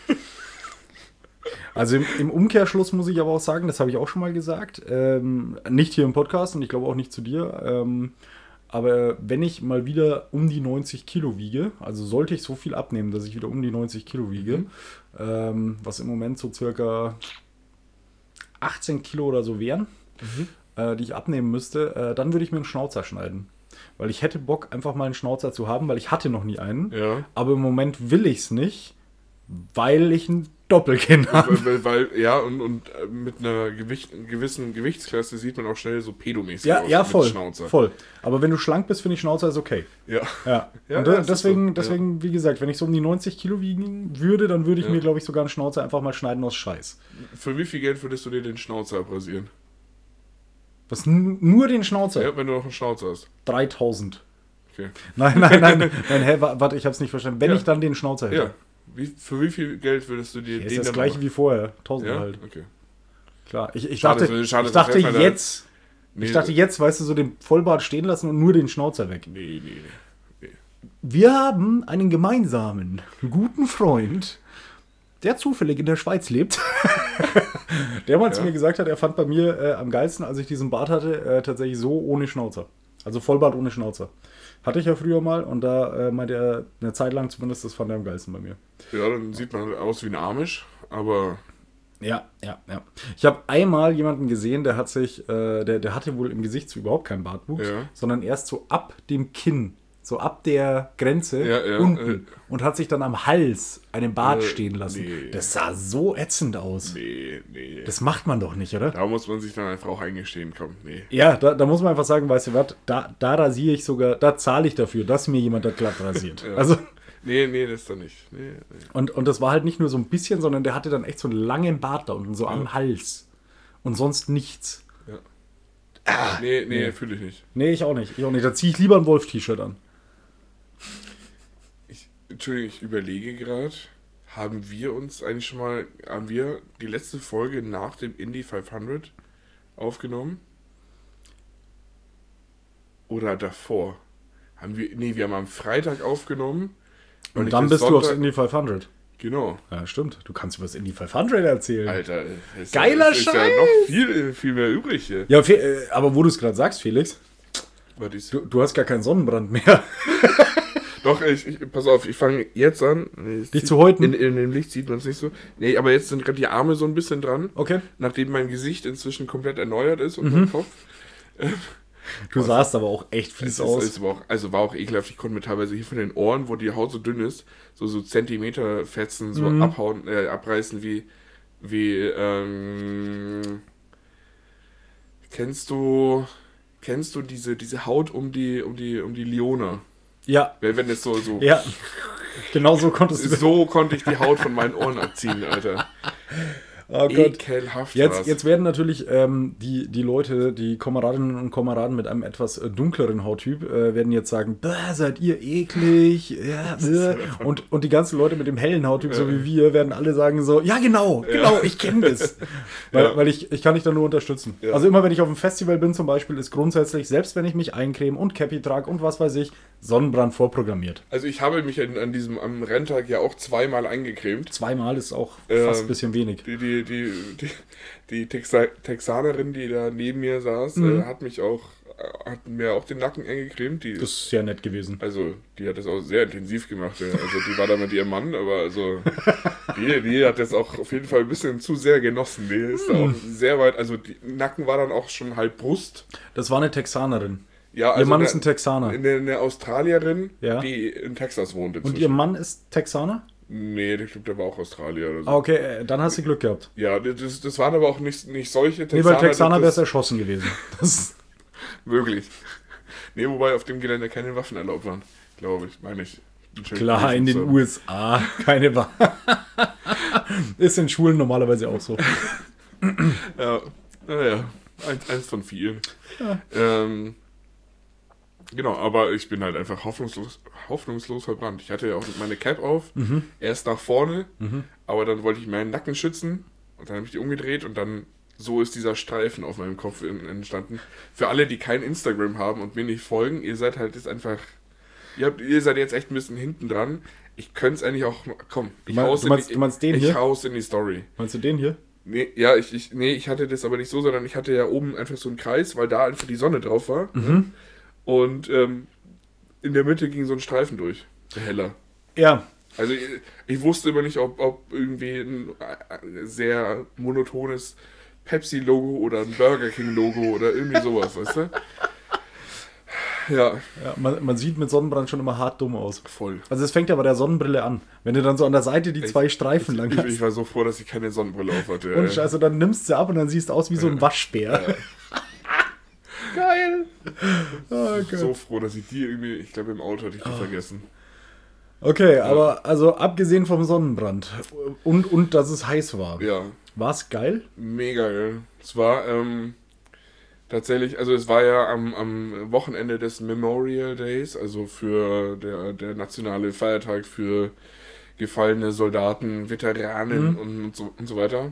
Also im, im Umkehrschluss muss ich aber auch sagen, das habe ich auch schon mal gesagt, ähm, nicht hier im Podcast und ich glaube auch nicht zu dir, ähm, aber wenn ich mal wieder um die neunzig Kilo wiege, also sollte ich so viel abnehmen, dass ich wieder um die neunzig Kilo wiege, Mhm. ähm, was im Moment so circa achtzehn Kilo oder so wären, Mhm. äh, die ich abnehmen müsste, äh, dann würde ich mir einen Schnauzer schneiden. Weil ich hätte Bock, einfach mal einen Schnauzer zu haben, weil ich hatte noch nie einen. Ja. Aber im Moment will ich es nicht, weil ich einen Doppelkinn haben. Weil, weil, ja, und, und mit einer Gewicht, gewissen Gewichtsklasse sieht man auch schnell so pedomäßig ja, aus. Ja, mit voll, Schnauzer. voll. Aber wenn du schlank bist, finde ich Schnauzer ist okay. Ja. Ja, ja und ja, da, deswegen, so. deswegen ja. wie gesagt, wenn ich so um die neunzig Kilo wiegen würde, dann würde ich ja. mir, glaube ich, sogar einen Schnauzer einfach mal schneiden aus Scheiß. Für wie viel Geld würdest du dir den Schnauzer abrasieren? Was, nur den Schnauzer? Ja, wenn du noch einen Schnauzer hast. dreitausend. Okay. Nein, nein, nein, nein, hä, warte, ich hab's nicht verstanden. Wenn ja. ich dann den Schnauzer hätte. Ja. Wie, für wie viel Geld würdest du dir ja, den ist das dann gleiche machen? wie vorher. tausend Ja? halt. Okay. Klar. Ich, ich Schade, dachte, schade, ich dachte das jetzt, nee, ich dachte jetzt, weißt du, so den Vollbart stehen lassen und nur den Schnauzer weg. Nee, nee, nee. Wir haben einen gemeinsamen, guten Freund, der zufällig in der Schweiz lebt. Der mal ja. zu mir gesagt hat, er fand bei mir äh, am geilsten, als ich diesen Bart hatte, äh, tatsächlich so ohne Schnauzer. Also Vollbart ohne Schnauzer. Hatte ich ja früher mal und da äh, meinte er eine Zeit lang zumindest, das fand er am geilsten bei mir. Ja, dann sieht man aus wie ein Amish, aber... Ja, ja, ja. Ich habe einmal jemanden gesehen, der hat sich, äh, der, der hatte wohl im Gesicht so überhaupt keinen Bartwuchs, ja. sondern erst so ab dem Kinn, so ab der Grenze ja, ja, unten äh, und hat sich dann am Hals einen Bart äh, stehen lassen. Nee. Das sah so ätzend aus. Nee, nee. Das macht man doch nicht, oder? Da muss man sich dann einfach auch eingestehen, komm, nee. Ja, da, da muss man einfach sagen, weißt du was, da, da rasiere ich sogar, da zahle ich dafür, dass mir jemand das glatt rasiert. ja. Also... Nee, nee, das dann nicht. Nee, nee. Und, und das war halt nicht nur so ein bisschen, sondern der hatte dann echt so einen langen Bart da unten, so ja. am Hals. Und sonst nichts. Ja. Ah, nee, nee, nee. fühle ich nicht. Nee, ich auch nicht. Ich auch nicht. Da ziehe ich lieber ein Wolf-T-Shirt an. Ich, Entschuldigung, ich überlege gerade, haben wir uns eigentlich schon mal, haben wir die letzte Folge nach dem Indy fünfhundert aufgenommen? Oder davor? Haben wir, nee, wir haben am Freitag aufgenommen. Und dann bist Sonntag, du aufs Indy fünfhundert. Genau. Ja, stimmt. Du kannst über das Indy fünfhundert erzählen. Alter, ist geiler ja, ist, Scheiß! Ist ja noch viel, viel mehr übrig hier. Ja, aber wo du es gerade sagst, Felix, du, du hast gar keinen Sonnenbrand mehr. Doch, ich, ich, pass auf, ich fange jetzt an. Nee, Dich zu häuten? In, in dem Licht sieht man es nicht so. Nee, aber jetzt sind gerade die Arme so ein bisschen dran. Okay. Nachdem mein Gesicht inzwischen komplett erneuert ist und mhm. mein Kopf. Du also, sahst aber auch echt fies aus. Ist, ist auch, also war auch ekelhaft. Ich konnte mir teilweise hier von den Ohren, wo die Haut so dünn ist, so, so Zentimeterfetzen so mhm. abhauen, äh, abreißen wie, wie, ähm, kennst du, kennst du diese, diese Haut um die, um die, um die Lione? Ja. Wenn, wenn es so, so. Ja. Genau so konntest du. So konnte ich die Haut von meinen Ohren abziehen, Alter. Oh Gott. Ekelhaft jetzt, jetzt werden natürlich ähm, die, die Leute, die Kameradinnen und Kameraden mit einem etwas äh, dunkleren Hauttyp, äh, werden jetzt sagen, seid ihr eklig. Ja, äh. und, und die ganzen Leute mit dem hellen Hauttyp, so wie wir, werden alle sagen so, ja genau, genau, ich kenne das. Weil, ja. weil ich, ich kann dich da nur unterstützen. Ja. Also immer wenn ich auf einem Festival bin zum Beispiel, ist grundsätzlich, selbst wenn ich mich eincreme und Cappy trage und was weiß ich, Sonnenbrand vorprogrammiert. Also ich habe mich an, an diesem am Renntag ja auch zweimal eingecremt. Zweimal ist auch ähm, fast ein bisschen wenig. Die, die, die, die, die Texa Texanerin, die da neben mir saß, mhm. äh, hat mich auch, hat mir auch den Nacken eingecremt. Die, das ist sehr nett gewesen. Also die hat das auch sehr intensiv gemacht. Ja. Also die war da mit ihrem Mann, aber also die, die hat das auch auf jeden Fall ein bisschen zu sehr genossen. Die ist mhm. da auch sehr weit, also die Nacken war dann auch schon halb Brust. Das war eine Texanerin. Ja, also ihr Mann eine, ist ein Texaner. Eine, eine Australierin, ja. die in Texas wohnt. Und ihr Mann ist Texaner? Nee, ich glaube, der war auch Australier oder so. Ah, okay, dann hast du Glück gehabt. Ja, das, das waren aber auch nicht, nicht solche Texaner. Nee, bei Texaner wäre es erschossen gewesen. Das möglich. Nee, wobei auf dem Gelände keine Waffen erlaubt waren, glaube ich, meine ich. Klar, in den so. U S A keine Waffen. Ist in Schulen normalerweise auch so. Ja, naja, eins, eins von vielen. Ja. Ähm, genau, aber ich bin halt einfach hoffnungslos, hoffnungslos verbrannt. Ich hatte ja auch meine Cap auf, mhm. erst nach vorne, mhm. aber dann wollte ich meinen Nacken schützen und dann habe ich die umgedreht und dann so ist dieser Streifen auf meinem Kopf in, entstanden. Für alle, die kein Instagram haben und mir nicht folgen, ihr seid halt jetzt einfach, ihr, habt, ihr seid jetzt echt ein bisschen hinten dran. Ich könnte es eigentlich auch, komm, ich du, meinst, du, meinst, die, du meinst den ich hier? Ich hau's in die Story. Meinst du den hier? Nee, ja, ich, ich, nee, ich hatte das aber nicht so, sondern ich hatte ja oben einfach so einen Kreis, weil da einfach die Sonne drauf war. Mhm. Und ähm, in der Mitte ging so ein Streifen durch, der heller. Ja. Also ich, ich wusste immer nicht, ob, ob irgendwie ein, ein sehr monotones Pepsi-Logo oder ein Burger King-Logo oder irgendwie sowas, weißt du? Ja. Ja, man, man sieht mit Sonnenbrand schon immer hart dumm aus. Voll. Also es fängt ja bei der Sonnenbrille an. Wenn du dann so an der Seite die Ich- zwei Streifen lang Ich, hast. ich war so froh, dass ich keine Sonnenbrille auf hatte. Und ey. Scheiße, dann nimmst du sie ab und dann siehst du aus wie so ein Waschbär. Geil. Oh, okay. So froh, dass ich die irgendwie, ich glaube im Auto hatte ich die Ah. vergessen. Okay, aber also abgesehen vom Sonnenbrand und, und dass es heiß war, Ja, war es geil? mega geil. Es war ähm, tatsächlich, also es war ja am, am Wochenende des Memorial Days, also für der, der nationale Feiertag für gefallene Soldaten, Veteranen Mhm. und, und, so, und so weiter.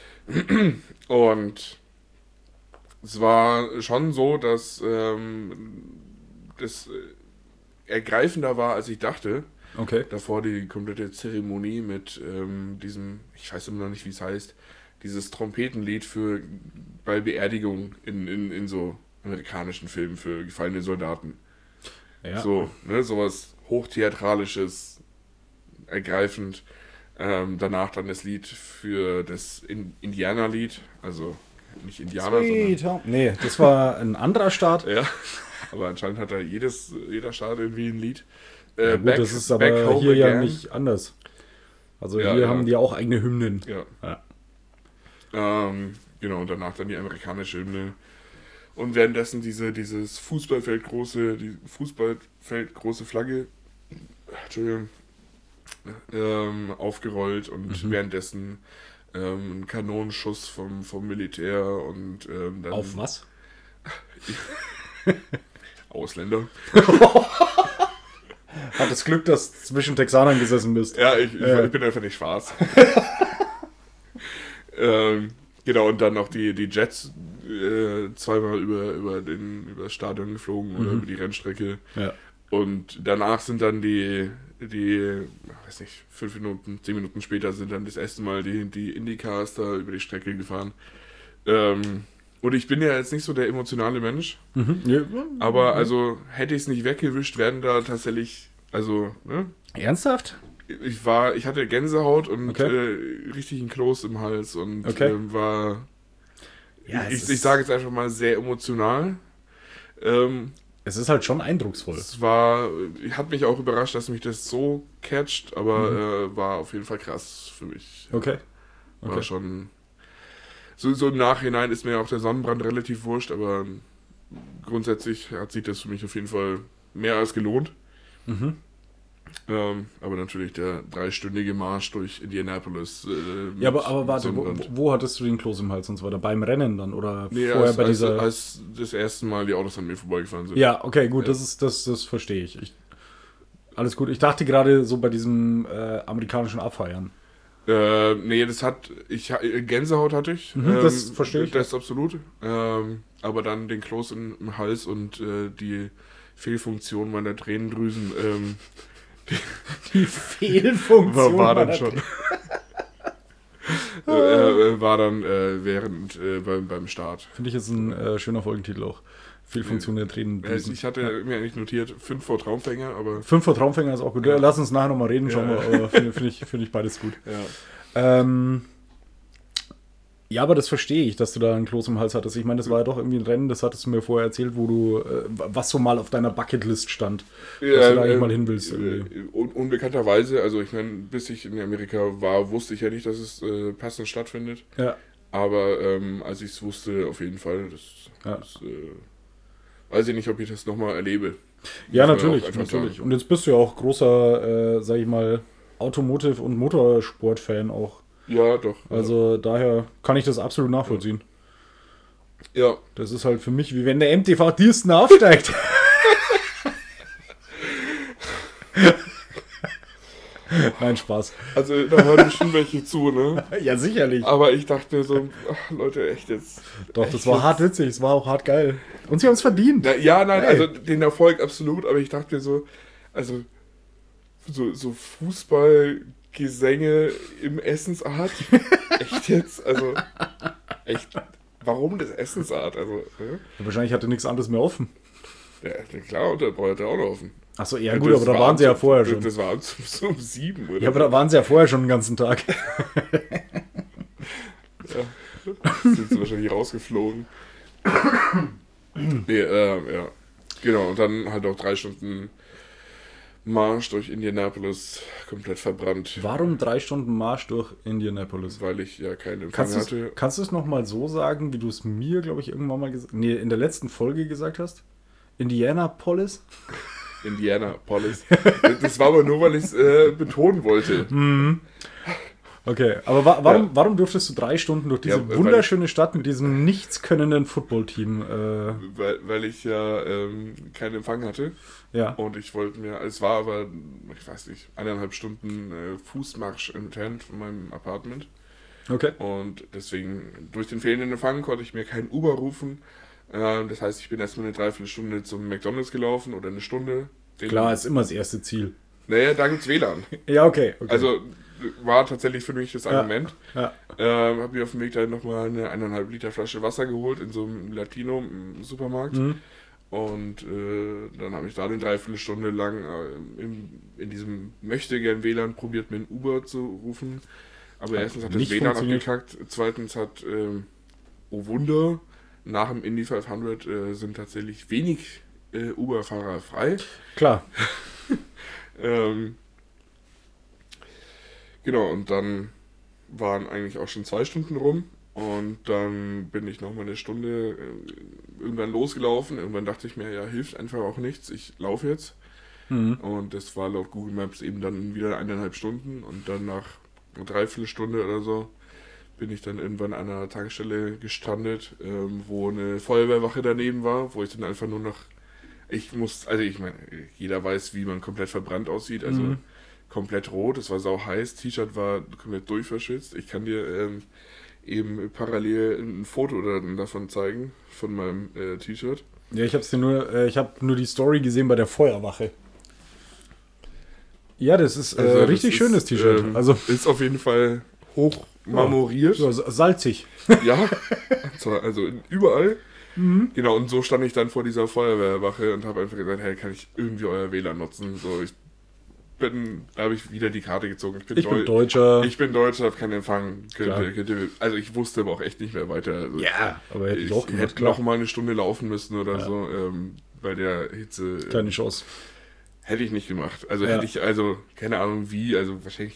Und es war schon so, dass ähm, das äh, ergreifender war, als ich dachte. Okay. Davor die komplette Zeremonie mit ähm, diesem, ich weiß immer noch nicht, wie es heißt, dieses Trompetenlied für bei Beerdigung in, in, in so amerikanischen Filmen für gefallene Soldaten. Ja. So, ne, sowas Hochtheatralisches, ergreifend. Ähm, danach dann das Lied für das in Indianerlied, also nicht Indianer, Sweet Home. Nee, das war ein anderer Staat. sondern ja, aber anscheinend hat da jedes, jeder Staat irgendwie ein Lied. Äh, Ja, gut, Back- das ist Back aber Home hier ja Again. nicht anders. Also Ja, hier ja. haben die auch eigene Hymnen. Ja. Ja. Ähm, genau, und danach dann die amerikanische Hymne. Und währenddessen diese, dieses Fußballfeld große, die Fußballfeld große Flagge, Entschuldigung, ähm, aufgerollt und Mhm. währenddessen ähm, ein Kanonenschuss vom, vom Militär und ähm, dann Auf was? Ausländer. Hat das Glück, dass du zwischen Texanern gesessen bist. Ja, ich, ich, Ja. ich bin einfach nicht schwarz. ähm, genau, und dann noch die, die Jets äh, zweimal über, über, den, über das Stadion geflogen oder Mhm. über die Rennstrecke. Ja. Und danach sind dann die, die, weiß nicht, fünf Minuten, zehn Minuten später sind dann das erste Mal die, die Indycars da über die Strecke gefahren. Ähm, und ich bin ja jetzt nicht so der emotionale Mensch, Mhm. Ja. aber also hätte ich es nicht weggewischt, werden da tatsächlich, also, ne? Ernsthaft? Ich war, ich hatte Gänsehaut und Okay. äh, richtig ein Kloß im Hals und Okay. ähm, war, Ja, es ich, ist- ich sage jetzt einfach mal sehr emotional. Ähm, Es ist halt schon eindrucksvoll. es war, hat mich auch überrascht, dass mich das so catcht, aber Mhm. äh, war auf jeden Fall krass für mich. Okay. War Okay. schon, so, so im Nachhinein ist mir auch der Sonnenbrand relativ wurscht, aber grundsätzlich hat sich das für mich auf jeden Fall mehr als gelohnt. Mhm. Ähm, aber natürlich der dreistündige Marsch durch Indianapolis. Äh, Ja, aber, aber warte, wo, Sonnenbrand. wo hattest du den Kloß im Hals und so weiter? Beim Rennen dann? Oder Nee, vorher als, bei als, dieser... als das erste Mal die Autos an mir vorbeigefahren sind. Ja, okay, gut, Ja. das ist das, das verstehe ich. ich. Alles gut. Ich dachte gerade so bei diesem äh, amerikanischen Abfeiern. Äh, nee, das hat, ich ha- Gänsehaut hatte ich. Mhm, das verstehe ich. Das ist absolut. Ähm, aber dann den Kloß im, im Hals und äh, die Fehlfunktion meiner Tränendrüsen ähm, Die Fehlfunktion. war, war dann meiner- schon. äh, äh, war dann äh, während äh, beim, beim Start. Finde ich jetzt ein äh, schöner Folgentitel auch. Fehlfunktion der Äh, Tränendrüsen. ich hatte mir eigentlich notiert, fünf vor Traumfänger, aber Fünf vor Traumfänger ist auch gut. Ja. Lass uns nachher nochmal reden, schauen Ja. wir. Aber finde find ich, find ich beides gut. ja. Ähm, ja, aber das verstehe ich, dass du da einen Kloß im Hals hattest. Ich meine, das war ja doch irgendwie ein Rennen, das hattest du mir vorher erzählt, wo du, äh, was so mal auf deiner Bucketlist stand. Dass du da eigentlich mal hin willst. Irgendwie. Äh, un unbekannterweise, also ich meine, bis ich in Amerika war, wusste ich ja nicht, dass es äh, passend stattfindet. Ja, Aber ähm, als ich es wusste, auf jeden Fall, das, Ja. das äh, weiß ich nicht, ob ich das nochmal erlebe. ja Muss man natürlich, auch einfach natürlich. sagen. Und jetzt bist du ja auch großer, äh, sag ich mal, Automotive- und Motorsport-Fan auch. Ja, doch. Also daher kann ich das absolut nachvollziehen. ja. Das ist halt für mich, wie wenn der M T V Dresden aufsteigt. Nein, Spaß. Also da hören bestimmt welche zu, ne? Ja, sicherlich. Aber ich dachte mir so, ach, Leute, echt jetzt. Doch, das war hart witzig, es war auch hart geil. Und sie haben es verdient. Na, ja, nein, Hey. also den Erfolg absolut, aber ich dachte mir so, also so, so Fußballgesänge im Essensart. Echt jetzt? Also, echt. Warum das Essensart? Also, ne? Wahrscheinlich hatte nichts anderes mehr offen. Ja, klar, und der Bräu hat ja auch noch offen. Achso, ja Ja, gut, das aber da war waren sie ja so- vorher das- schon. Das war um, so um sieben, oder? Ja, aber da waren sie ja vorher schon den ganzen Tag. Ja. Sind sie wahrscheinlich rausgeflogen. Nee, äh, ja. Genau, und dann halt auch drei Stunden Marsch durch Indianapolis, komplett verbrannt. Warum drei Stunden Marsch durch Indianapolis? Weil ich ja keinen Empfang Kannst hatte. du's, kannst du es nochmal so sagen, wie du es mir, glaube ich, irgendwann mal gesagt nee, in der letzten Folge gesagt hast? Indianapolis? Indianapolis. Das war aber nur, weil ich es äh, betonen wollte. Mhm. Okay, aber wa warum, Ja. warum durftest du drei Stunden durch diese Ja, weil wunderschöne Stadt mit diesem nichtskönnenden Footballteam? Äh, Weil, weil ich ja ähm, keinen Empfang hatte. ja, Und ich wollte mir, es war aber, ich weiß nicht, eineinhalb Stunden äh, Fußmarsch entfernt von meinem Apartment. okay. Und deswegen, durch den fehlenden Empfang konnte ich mir kein Uber rufen. Äh, das heißt, ich bin erstmal eine Dreiviertelstunde zum McDonalds gelaufen oder eine Stunde. Den, Klar, ist immer das erste Ziel. Naja, da gibt's W L A N. Ja, okay. okay. Also war tatsächlich für mich das Argument. ja. Ähm, habe mir auf dem Weg dahin nochmal eine eineinhalb Liter Flasche Wasser geholt in so einem Latino im Supermarkt. Mhm. Und äh, dann habe ich da eine Dreiviertelstunde lang äh, in, in diesem Möchte-Gern W L A N probiert, mir ein Uber zu rufen. Aber Hat erstens hat das nicht W L A N funktioniert. abgekackt. Zweitens hat, ähm, oh Wunder, nach dem Indy fünfhundert äh, sind tatsächlich wenig äh, Uber-Fahrer frei. Klar. Ähm, genau, und dann waren eigentlich auch schon zwei Stunden rum. Und dann bin ich noch mal eine Stunde äh, irgendwann losgelaufen. Irgendwann dachte ich mir, ja, hilft einfach auch nichts. Ich laufe jetzt. Mhm. Und das war laut Google Maps eben dann wieder eineinhalb Stunden. Und dann nach einer Dreiviertelstunde oder so bin ich dann irgendwann an einer Tankstelle gestrandet, ähm, wo eine Feuerwehrwache daneben war, wo ich dann einfach nur noch, ich muss, also ich meine, jeder weiß, wie man komplett verbrannt aussieht, also Mhm. komplett rot, es war sau heiß, T-Shirt war komplett durchverschwitzt. Ich kann dir ähm, eben parallel ein Foto dann davon zeigen, von meinem äh, T-Shirt. Ja, ich hab's dir nur, äh, ich habe nur die Story gesehen bei der Feuerwache. Ja, das ist äh, Also das richtig ist, schönes T-Shirt. ähm, Also ist auf jeden Fall hoch marmoriert. ja, salzig. Ja, und zwar also in, überall. Genau, und so stand ich dann vor dieser Feuerwehrwache und habe einfach gesagt, hey, kann ich irgendwie euer W L A N nutzen? So, ich bin, da habe ich wieder die Karte gezogen. Ich bin, Ich bin Deu- Deutscher. Ich bin Deutscher, habe keinen Empfang. Klar. Könnte, könnte, also ich wusste aber auch echt nicht mehr weiter. Also Ja, aber hätte ich ich auch gemacht, hätte klar. noch mal eine Stunde laufen müssen oder Ja. so. Ähm, bei der Hitze äh, Keine Chance. hätte ich nicht gemacht. Also Ja. hätte ich, also keine Ahnung wie, also wahrscheinlich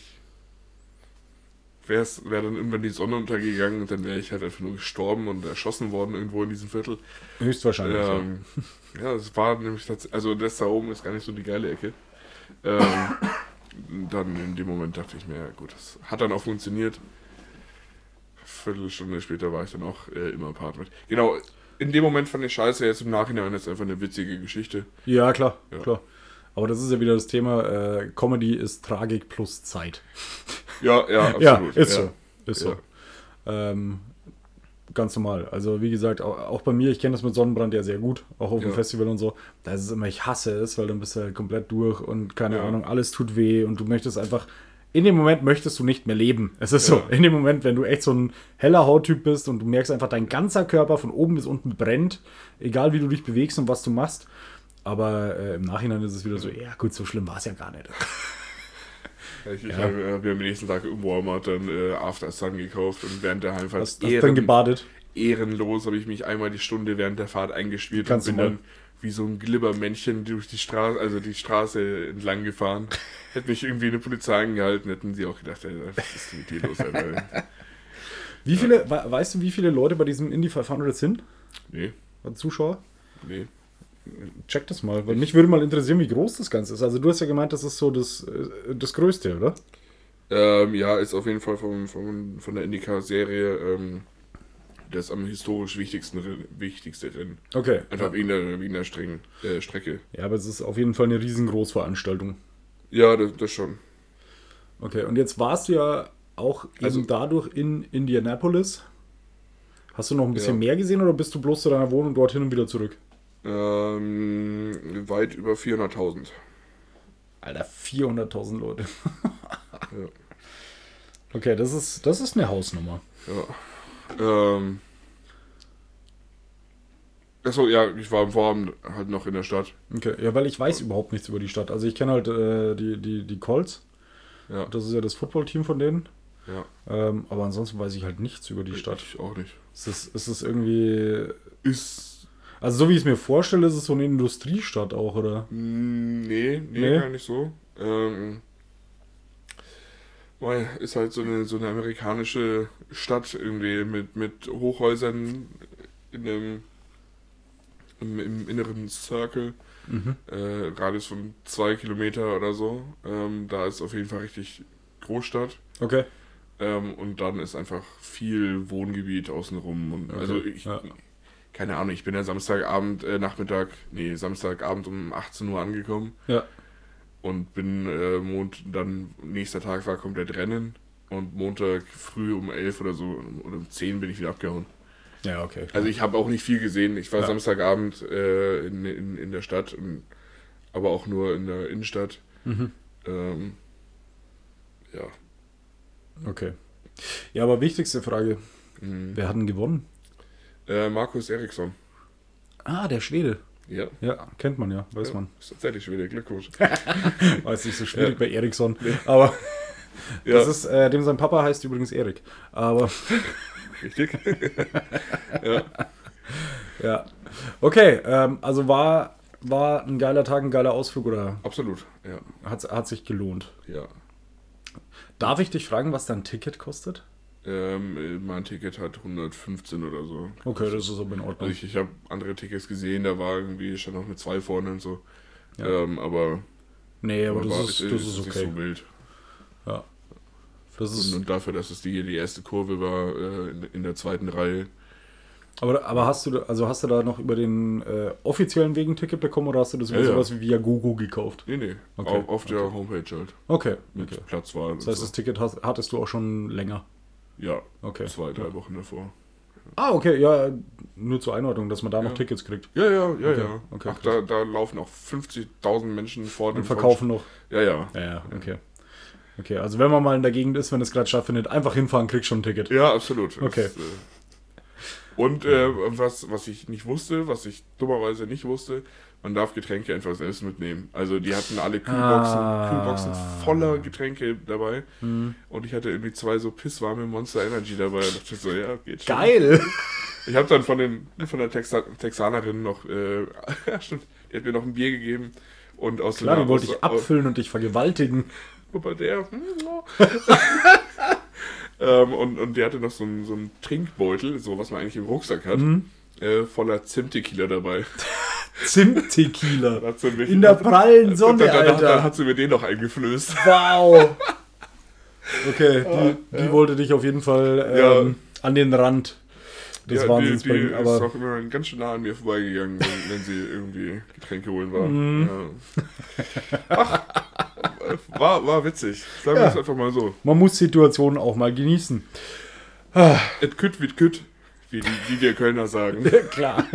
wäre wär dann irgendwann die Sonne untergegangen und dann wäre ich halt einfach nur gestorben und erschossen worden irgendwo in diesem Viertel. Höchstwahrscheinlich. ja. Ähm, ja, es war nämlich tatsächlich, also das da oben ist gar nicht so die geile Ecke. Ähm, dann in dem Moment dachte ich mir, ja gut, das hat dann auch funktioniert. Viertelstunde später war ich dann auch äh, im Apartment. Genau, in dem Moment fand ich scheiße, jetzt im Nachhinein ist einfach eine witzige Geschichte. Ja, klar, Ja. klar. Aber das ist ja wieder das Thema, äh, Comedy ist Tragik plus Zeit. Ja, ja, absolut. Ja, ist ja. so. Ist Ja. so. Ähm, ganz normal. Also wie gesagt, auch, auch bei mir, ich kenne das mit Sonnenbrand ja sehr gut, auch auf dem Ja. Festival und so. Da ist es immer, ich hasse es, weil dann bist du halt komplett durch und keine Ja. Ahnung, alles tut weh und du möchtest einfach, in dem Moment möchtest du nicht mehr leben. Es ist Ja. so, in dem Moment, wenn du echt so ein heller Hauttyp bist und du merkst einfach, dein ganzer Körper von oben bis unten brennt, egal wie du dich bewegst und was du machst. Aber äh, im Nachhinein ist es wieder so, ja gut, so schlimm war es ja gar nicht. Ich, ich Ja. habe hab mir am nächsten Tag im Walmart dann äh, After Sun gekauft und während der Heimfahrt Hast, hast dann gebadet? ehrenlos habe ich mich einmal die Stunde während der Fahrt eingespielt Kannst und du bin mal. dann wie so ein Glibbermännchen durch die Straße, also die Straße entlang gefahren. Hätte mich irgendwie eine Polizei angehalten, hätten sie auch gedacht, ey, was ist denn mit dir los, Alter? Wie viele, we weißt du, wie viele Leute bei diesem Indy fünfhundert sind? Nee, Zuschauer? nee. Check das mal, weil mich würde mal interessieren, wie groß das Ganze ist. Also du hast ja gemeint, das ist so das, äh, das Größte, oder? Ähm, ja, ist auf jeden Fall vom, vom, von der IndyCar-Serie ähm, das am historisch wichtigsten, wichtigste Rennen. Okay. Einfach wegen der, wegen der strengen äh, Strecke. Ja, aber es ist auf jeden Fall eine riesengroße Veranstaltung. Ja, das, das schon. Okay, und jetzt warst du ja auch eben Also- dadurch in Indianapolis. Hast du noch ein bisschen Ja. mehr gesehen oder bist du bloß zu deiner Wohnung dorthin und wieder zurück? Ähm, weit über vierhunderttausend. Alter, vierhunderttausend Leute. Ja. Okay, das ist, das ist eine Hausnummer. Ja. Ähm. Achso, ja, ich war am Vorabend halt noch in der Stadt. Okay, ja, weil ich weiß überhaupt nichts über die Stadt. Also ich kenne halt äh, die, die, die Colts. Ja. Das ist ja das Footballteam von denen. Ja. Ähm, aber ansonsten weiß ich halt nichts über die Stadt. Ich auch nicht. Ist es, ist es irgendwie. Ist. Also so wie ich es mir vorstelle, ist es so eine Industriestadt auch, oder? Nee, nee, Nee? gar nicht so. Ähm, weil ist halt so eine, so eine amerikanische Stadt irgendwie mit, mit Hochhäusern in einem, im, im inneren Circle. Mhm. Äh, Radius von zwei Kilometer oder so. Ähm, da ist auf jeden Fall richtig Großstadt. Okay. Ähm, und dann ist einfach viel Wohngebiet außenrum. Und Okay, also ich, ja. keine Ahnung, ich bin ja Samstagabend, äh, Nachmittag, nee, Samstagabend um achtzehn Uhr angekommen Ja. und bin äh, Mond, dann nächster Tag war komplett Rennen und Montag früh um elf oder so oder um zehn bin ich wieder abgehauen. Ja, okay. Also ich habe auch nicht viel gesehen. Ich war Ja. Samstagabend äh, in, in, in der Stadt, und, aber auch nur in der Innenstadt. Mhm. Ähm, ja. Okay. Ja, aber wichtigste Frage. Mhm. Wer hat denn gewonnen? Äh, Markus Eriksson. Ah, der Schwede. Ja. Ja, kennt man ja, weiß ja, man. ist tatsächlich schon wieder Glückwunsch. War jetzt nicht so schwierig Ja. bei Eriksson. Aber Ja. das ist, äh, dem sein Papa heißt übrigens Erik. Aber Richtig. Ja. ja. Okay, ähm, also war, war ein geiler Tag, ein geiler Ausflug oder Absolut. Ja. hat, hat sich gelohnt? Ja. Darf ich dich fragen, was dein Ticket kostet? Ähm, mein Ticket hat hundertfünfzehn oder so. Okay, das ist aber in Also Ordnung. ich, ich habe andere Tickets gesehen, da war irgendwie schon noch eine zwei vorne und so. Ja. Ähm, aber Nee, aber aber das war- ist, das ist nicht okay. so wild. Ja. Das Und, ist, und dafür, dass es die, die erste Kurve war äh, in, in der zweiten Reihe. aber, aber hast du da- also hast du da noch über den äh, offiziellen Weg ein Ticket bekommen oder hast du das über Ja, ja. sowas wie Viagogo gekauft? Nee, nee. Okay, Auf, auf der Homepage halt. Okay. Mit okay. Platzwahl. Das heißt, und das Ticket hast, hattest du auch schon länger. so. Ja, Okay. zwei, drei Wochen davor. Ah, okay, ja, nur zur Einordnung, dass man da noch Ja. Tickets kriegt. Ja, ja, ja, Okay, ja. okay, Ach, da, da laufen auch fünfzigtausend Menschen vor Und dem verkaufen noch. Ja, ja. Ja, ja, okay. Okay, also wenn man mal in der Gegend ist, wenn es gerade stattfindet, einfach hinfahren, kriegst schon ein Ticket. Ja, absolut. Okay. Das, äh, und äh, was, was ich nicht wusste, was ich dummerweise nicht wusste, man darf Getränke einfach selbst mitnehmen. Also die hatten alle Kühlboxen, Ah. Kühlboxen voller Getränke dabei. Hm. Und ich hatte irgendwie zwei so pisswarme Monster Energy dabei. Und dachte so, ja, geht schon. Geil! Ich habe dann von, den, von der Texa Texanerin noch, äh, ja, stimmt, die hat mir noch ein Bier gegeben. Und aus Klar, die einer- wollte aus- ich abfüllen und dich vergewaltigen. bei der. hm, no. ähm, und, und die hatte noch so einen, so einen Trinkbeutel, so was man eigentlich im Rucksack hat, Mhm. äh, voller Zimt-Tequila dabei. Zimt-Tequila. Dann hat sie mich, In der prallen und Sonne, dann, dann, dann Alter. hat sie mir den noch eingeflößt. Wow! Okay, die, die ja. wollte dich auf jeden Fall ähm, Ja. an den Rand des Ja, Wahnsinns die, die bringen. ist Aber auch immer ganz schön nah an mir vorbeigegangen, wenn, wenn sie irgendwie Getränke holen war. Mhm. Ja. Ach, war, war witzig. Sagen wir Ja. es einfach mal so. man muss Situationen auch mal genießen. Et kütt wie kütt, wie, die- wie wir Kölner sagen. Klar.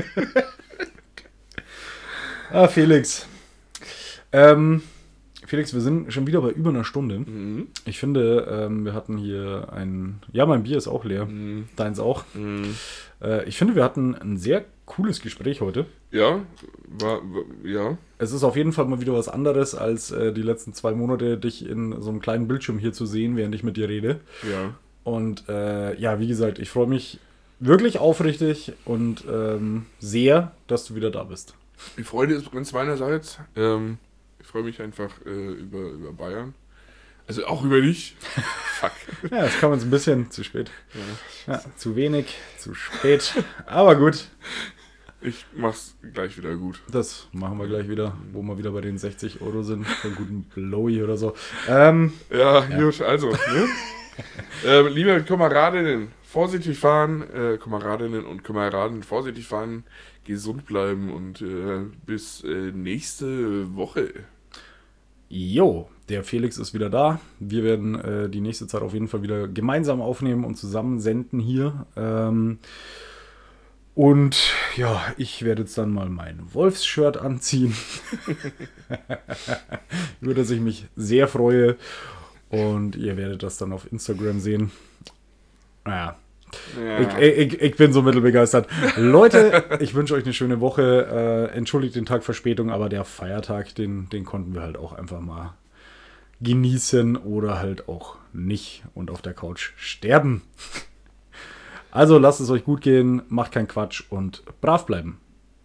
ah, Felix. Ähm, Felix, wir sind schon wieder bei über einer Stunde. Mhm. Ich finde, ähm, wir hatten hier ein... Ja, mein Bier ist auch leer. Mhm. Deins auch. Mhm. Äh, ich finde, wir hatten ein sehr cooles Gespräch heute. Ja, war, war ja. Es ist auf jeden Fall mal wieder was anderes, als äh, die letzten zwei Monate dich in so einem kleinen Bildschirm hier zu sehen, während ich mit dir rede. Ja. Und äh, ja, wie gesagt, ich freue mich wirklich aufrichtig und ähm, sehr, dass du wieder da bist. Die Freude ist ganz meinerseits. Ähm, ich freue mich einfach äh, über, über Bayern. Also auch über dich. Fuck. Ja, das kam uns ein bisschen zu spät. Ja, zu wenig, zu spät. Aber gut, Ich mach's gleich wieder gut. das machen wir gleich wieder, wo wir wieder bei den sechzig Euro sind. Für einen guten Blowy oder so. Ähm, Ja, gut, also. Ne? ähm, liebe Kameradinnen, vorsichtig fahren. Äh, Kameradinnen und Kameraden, vorsichtig fahren. Gesund bleiben und äh, bis äh, nächste Woche. Jo, der Felix ist wieder da. Wir werden äh, die nächste Zeit auf jeden Fall wieder gemeinsam aufnehmen und zusammen senden hier. Ähm, und ja, ich werde jetzt dann mal mein Wolfs-Shirt anziehen. Über das ich mich sehr freue. Und ihr werdet das dann auf Instagram sehen. Naja, Ja. ich, ich, ich bin so mittelbegeistert. Leute, ich wünsche euch eine schöne Woche. Äh, entschuldigt den Tag Verspätung, aber der Feiertag, den, den konnten wir halt auch einfach mal genießen oder halt auch nicht und auf der Couch sterben. Also lasst es euch gut gehen, macht keinen Quatsch und brav bleiben.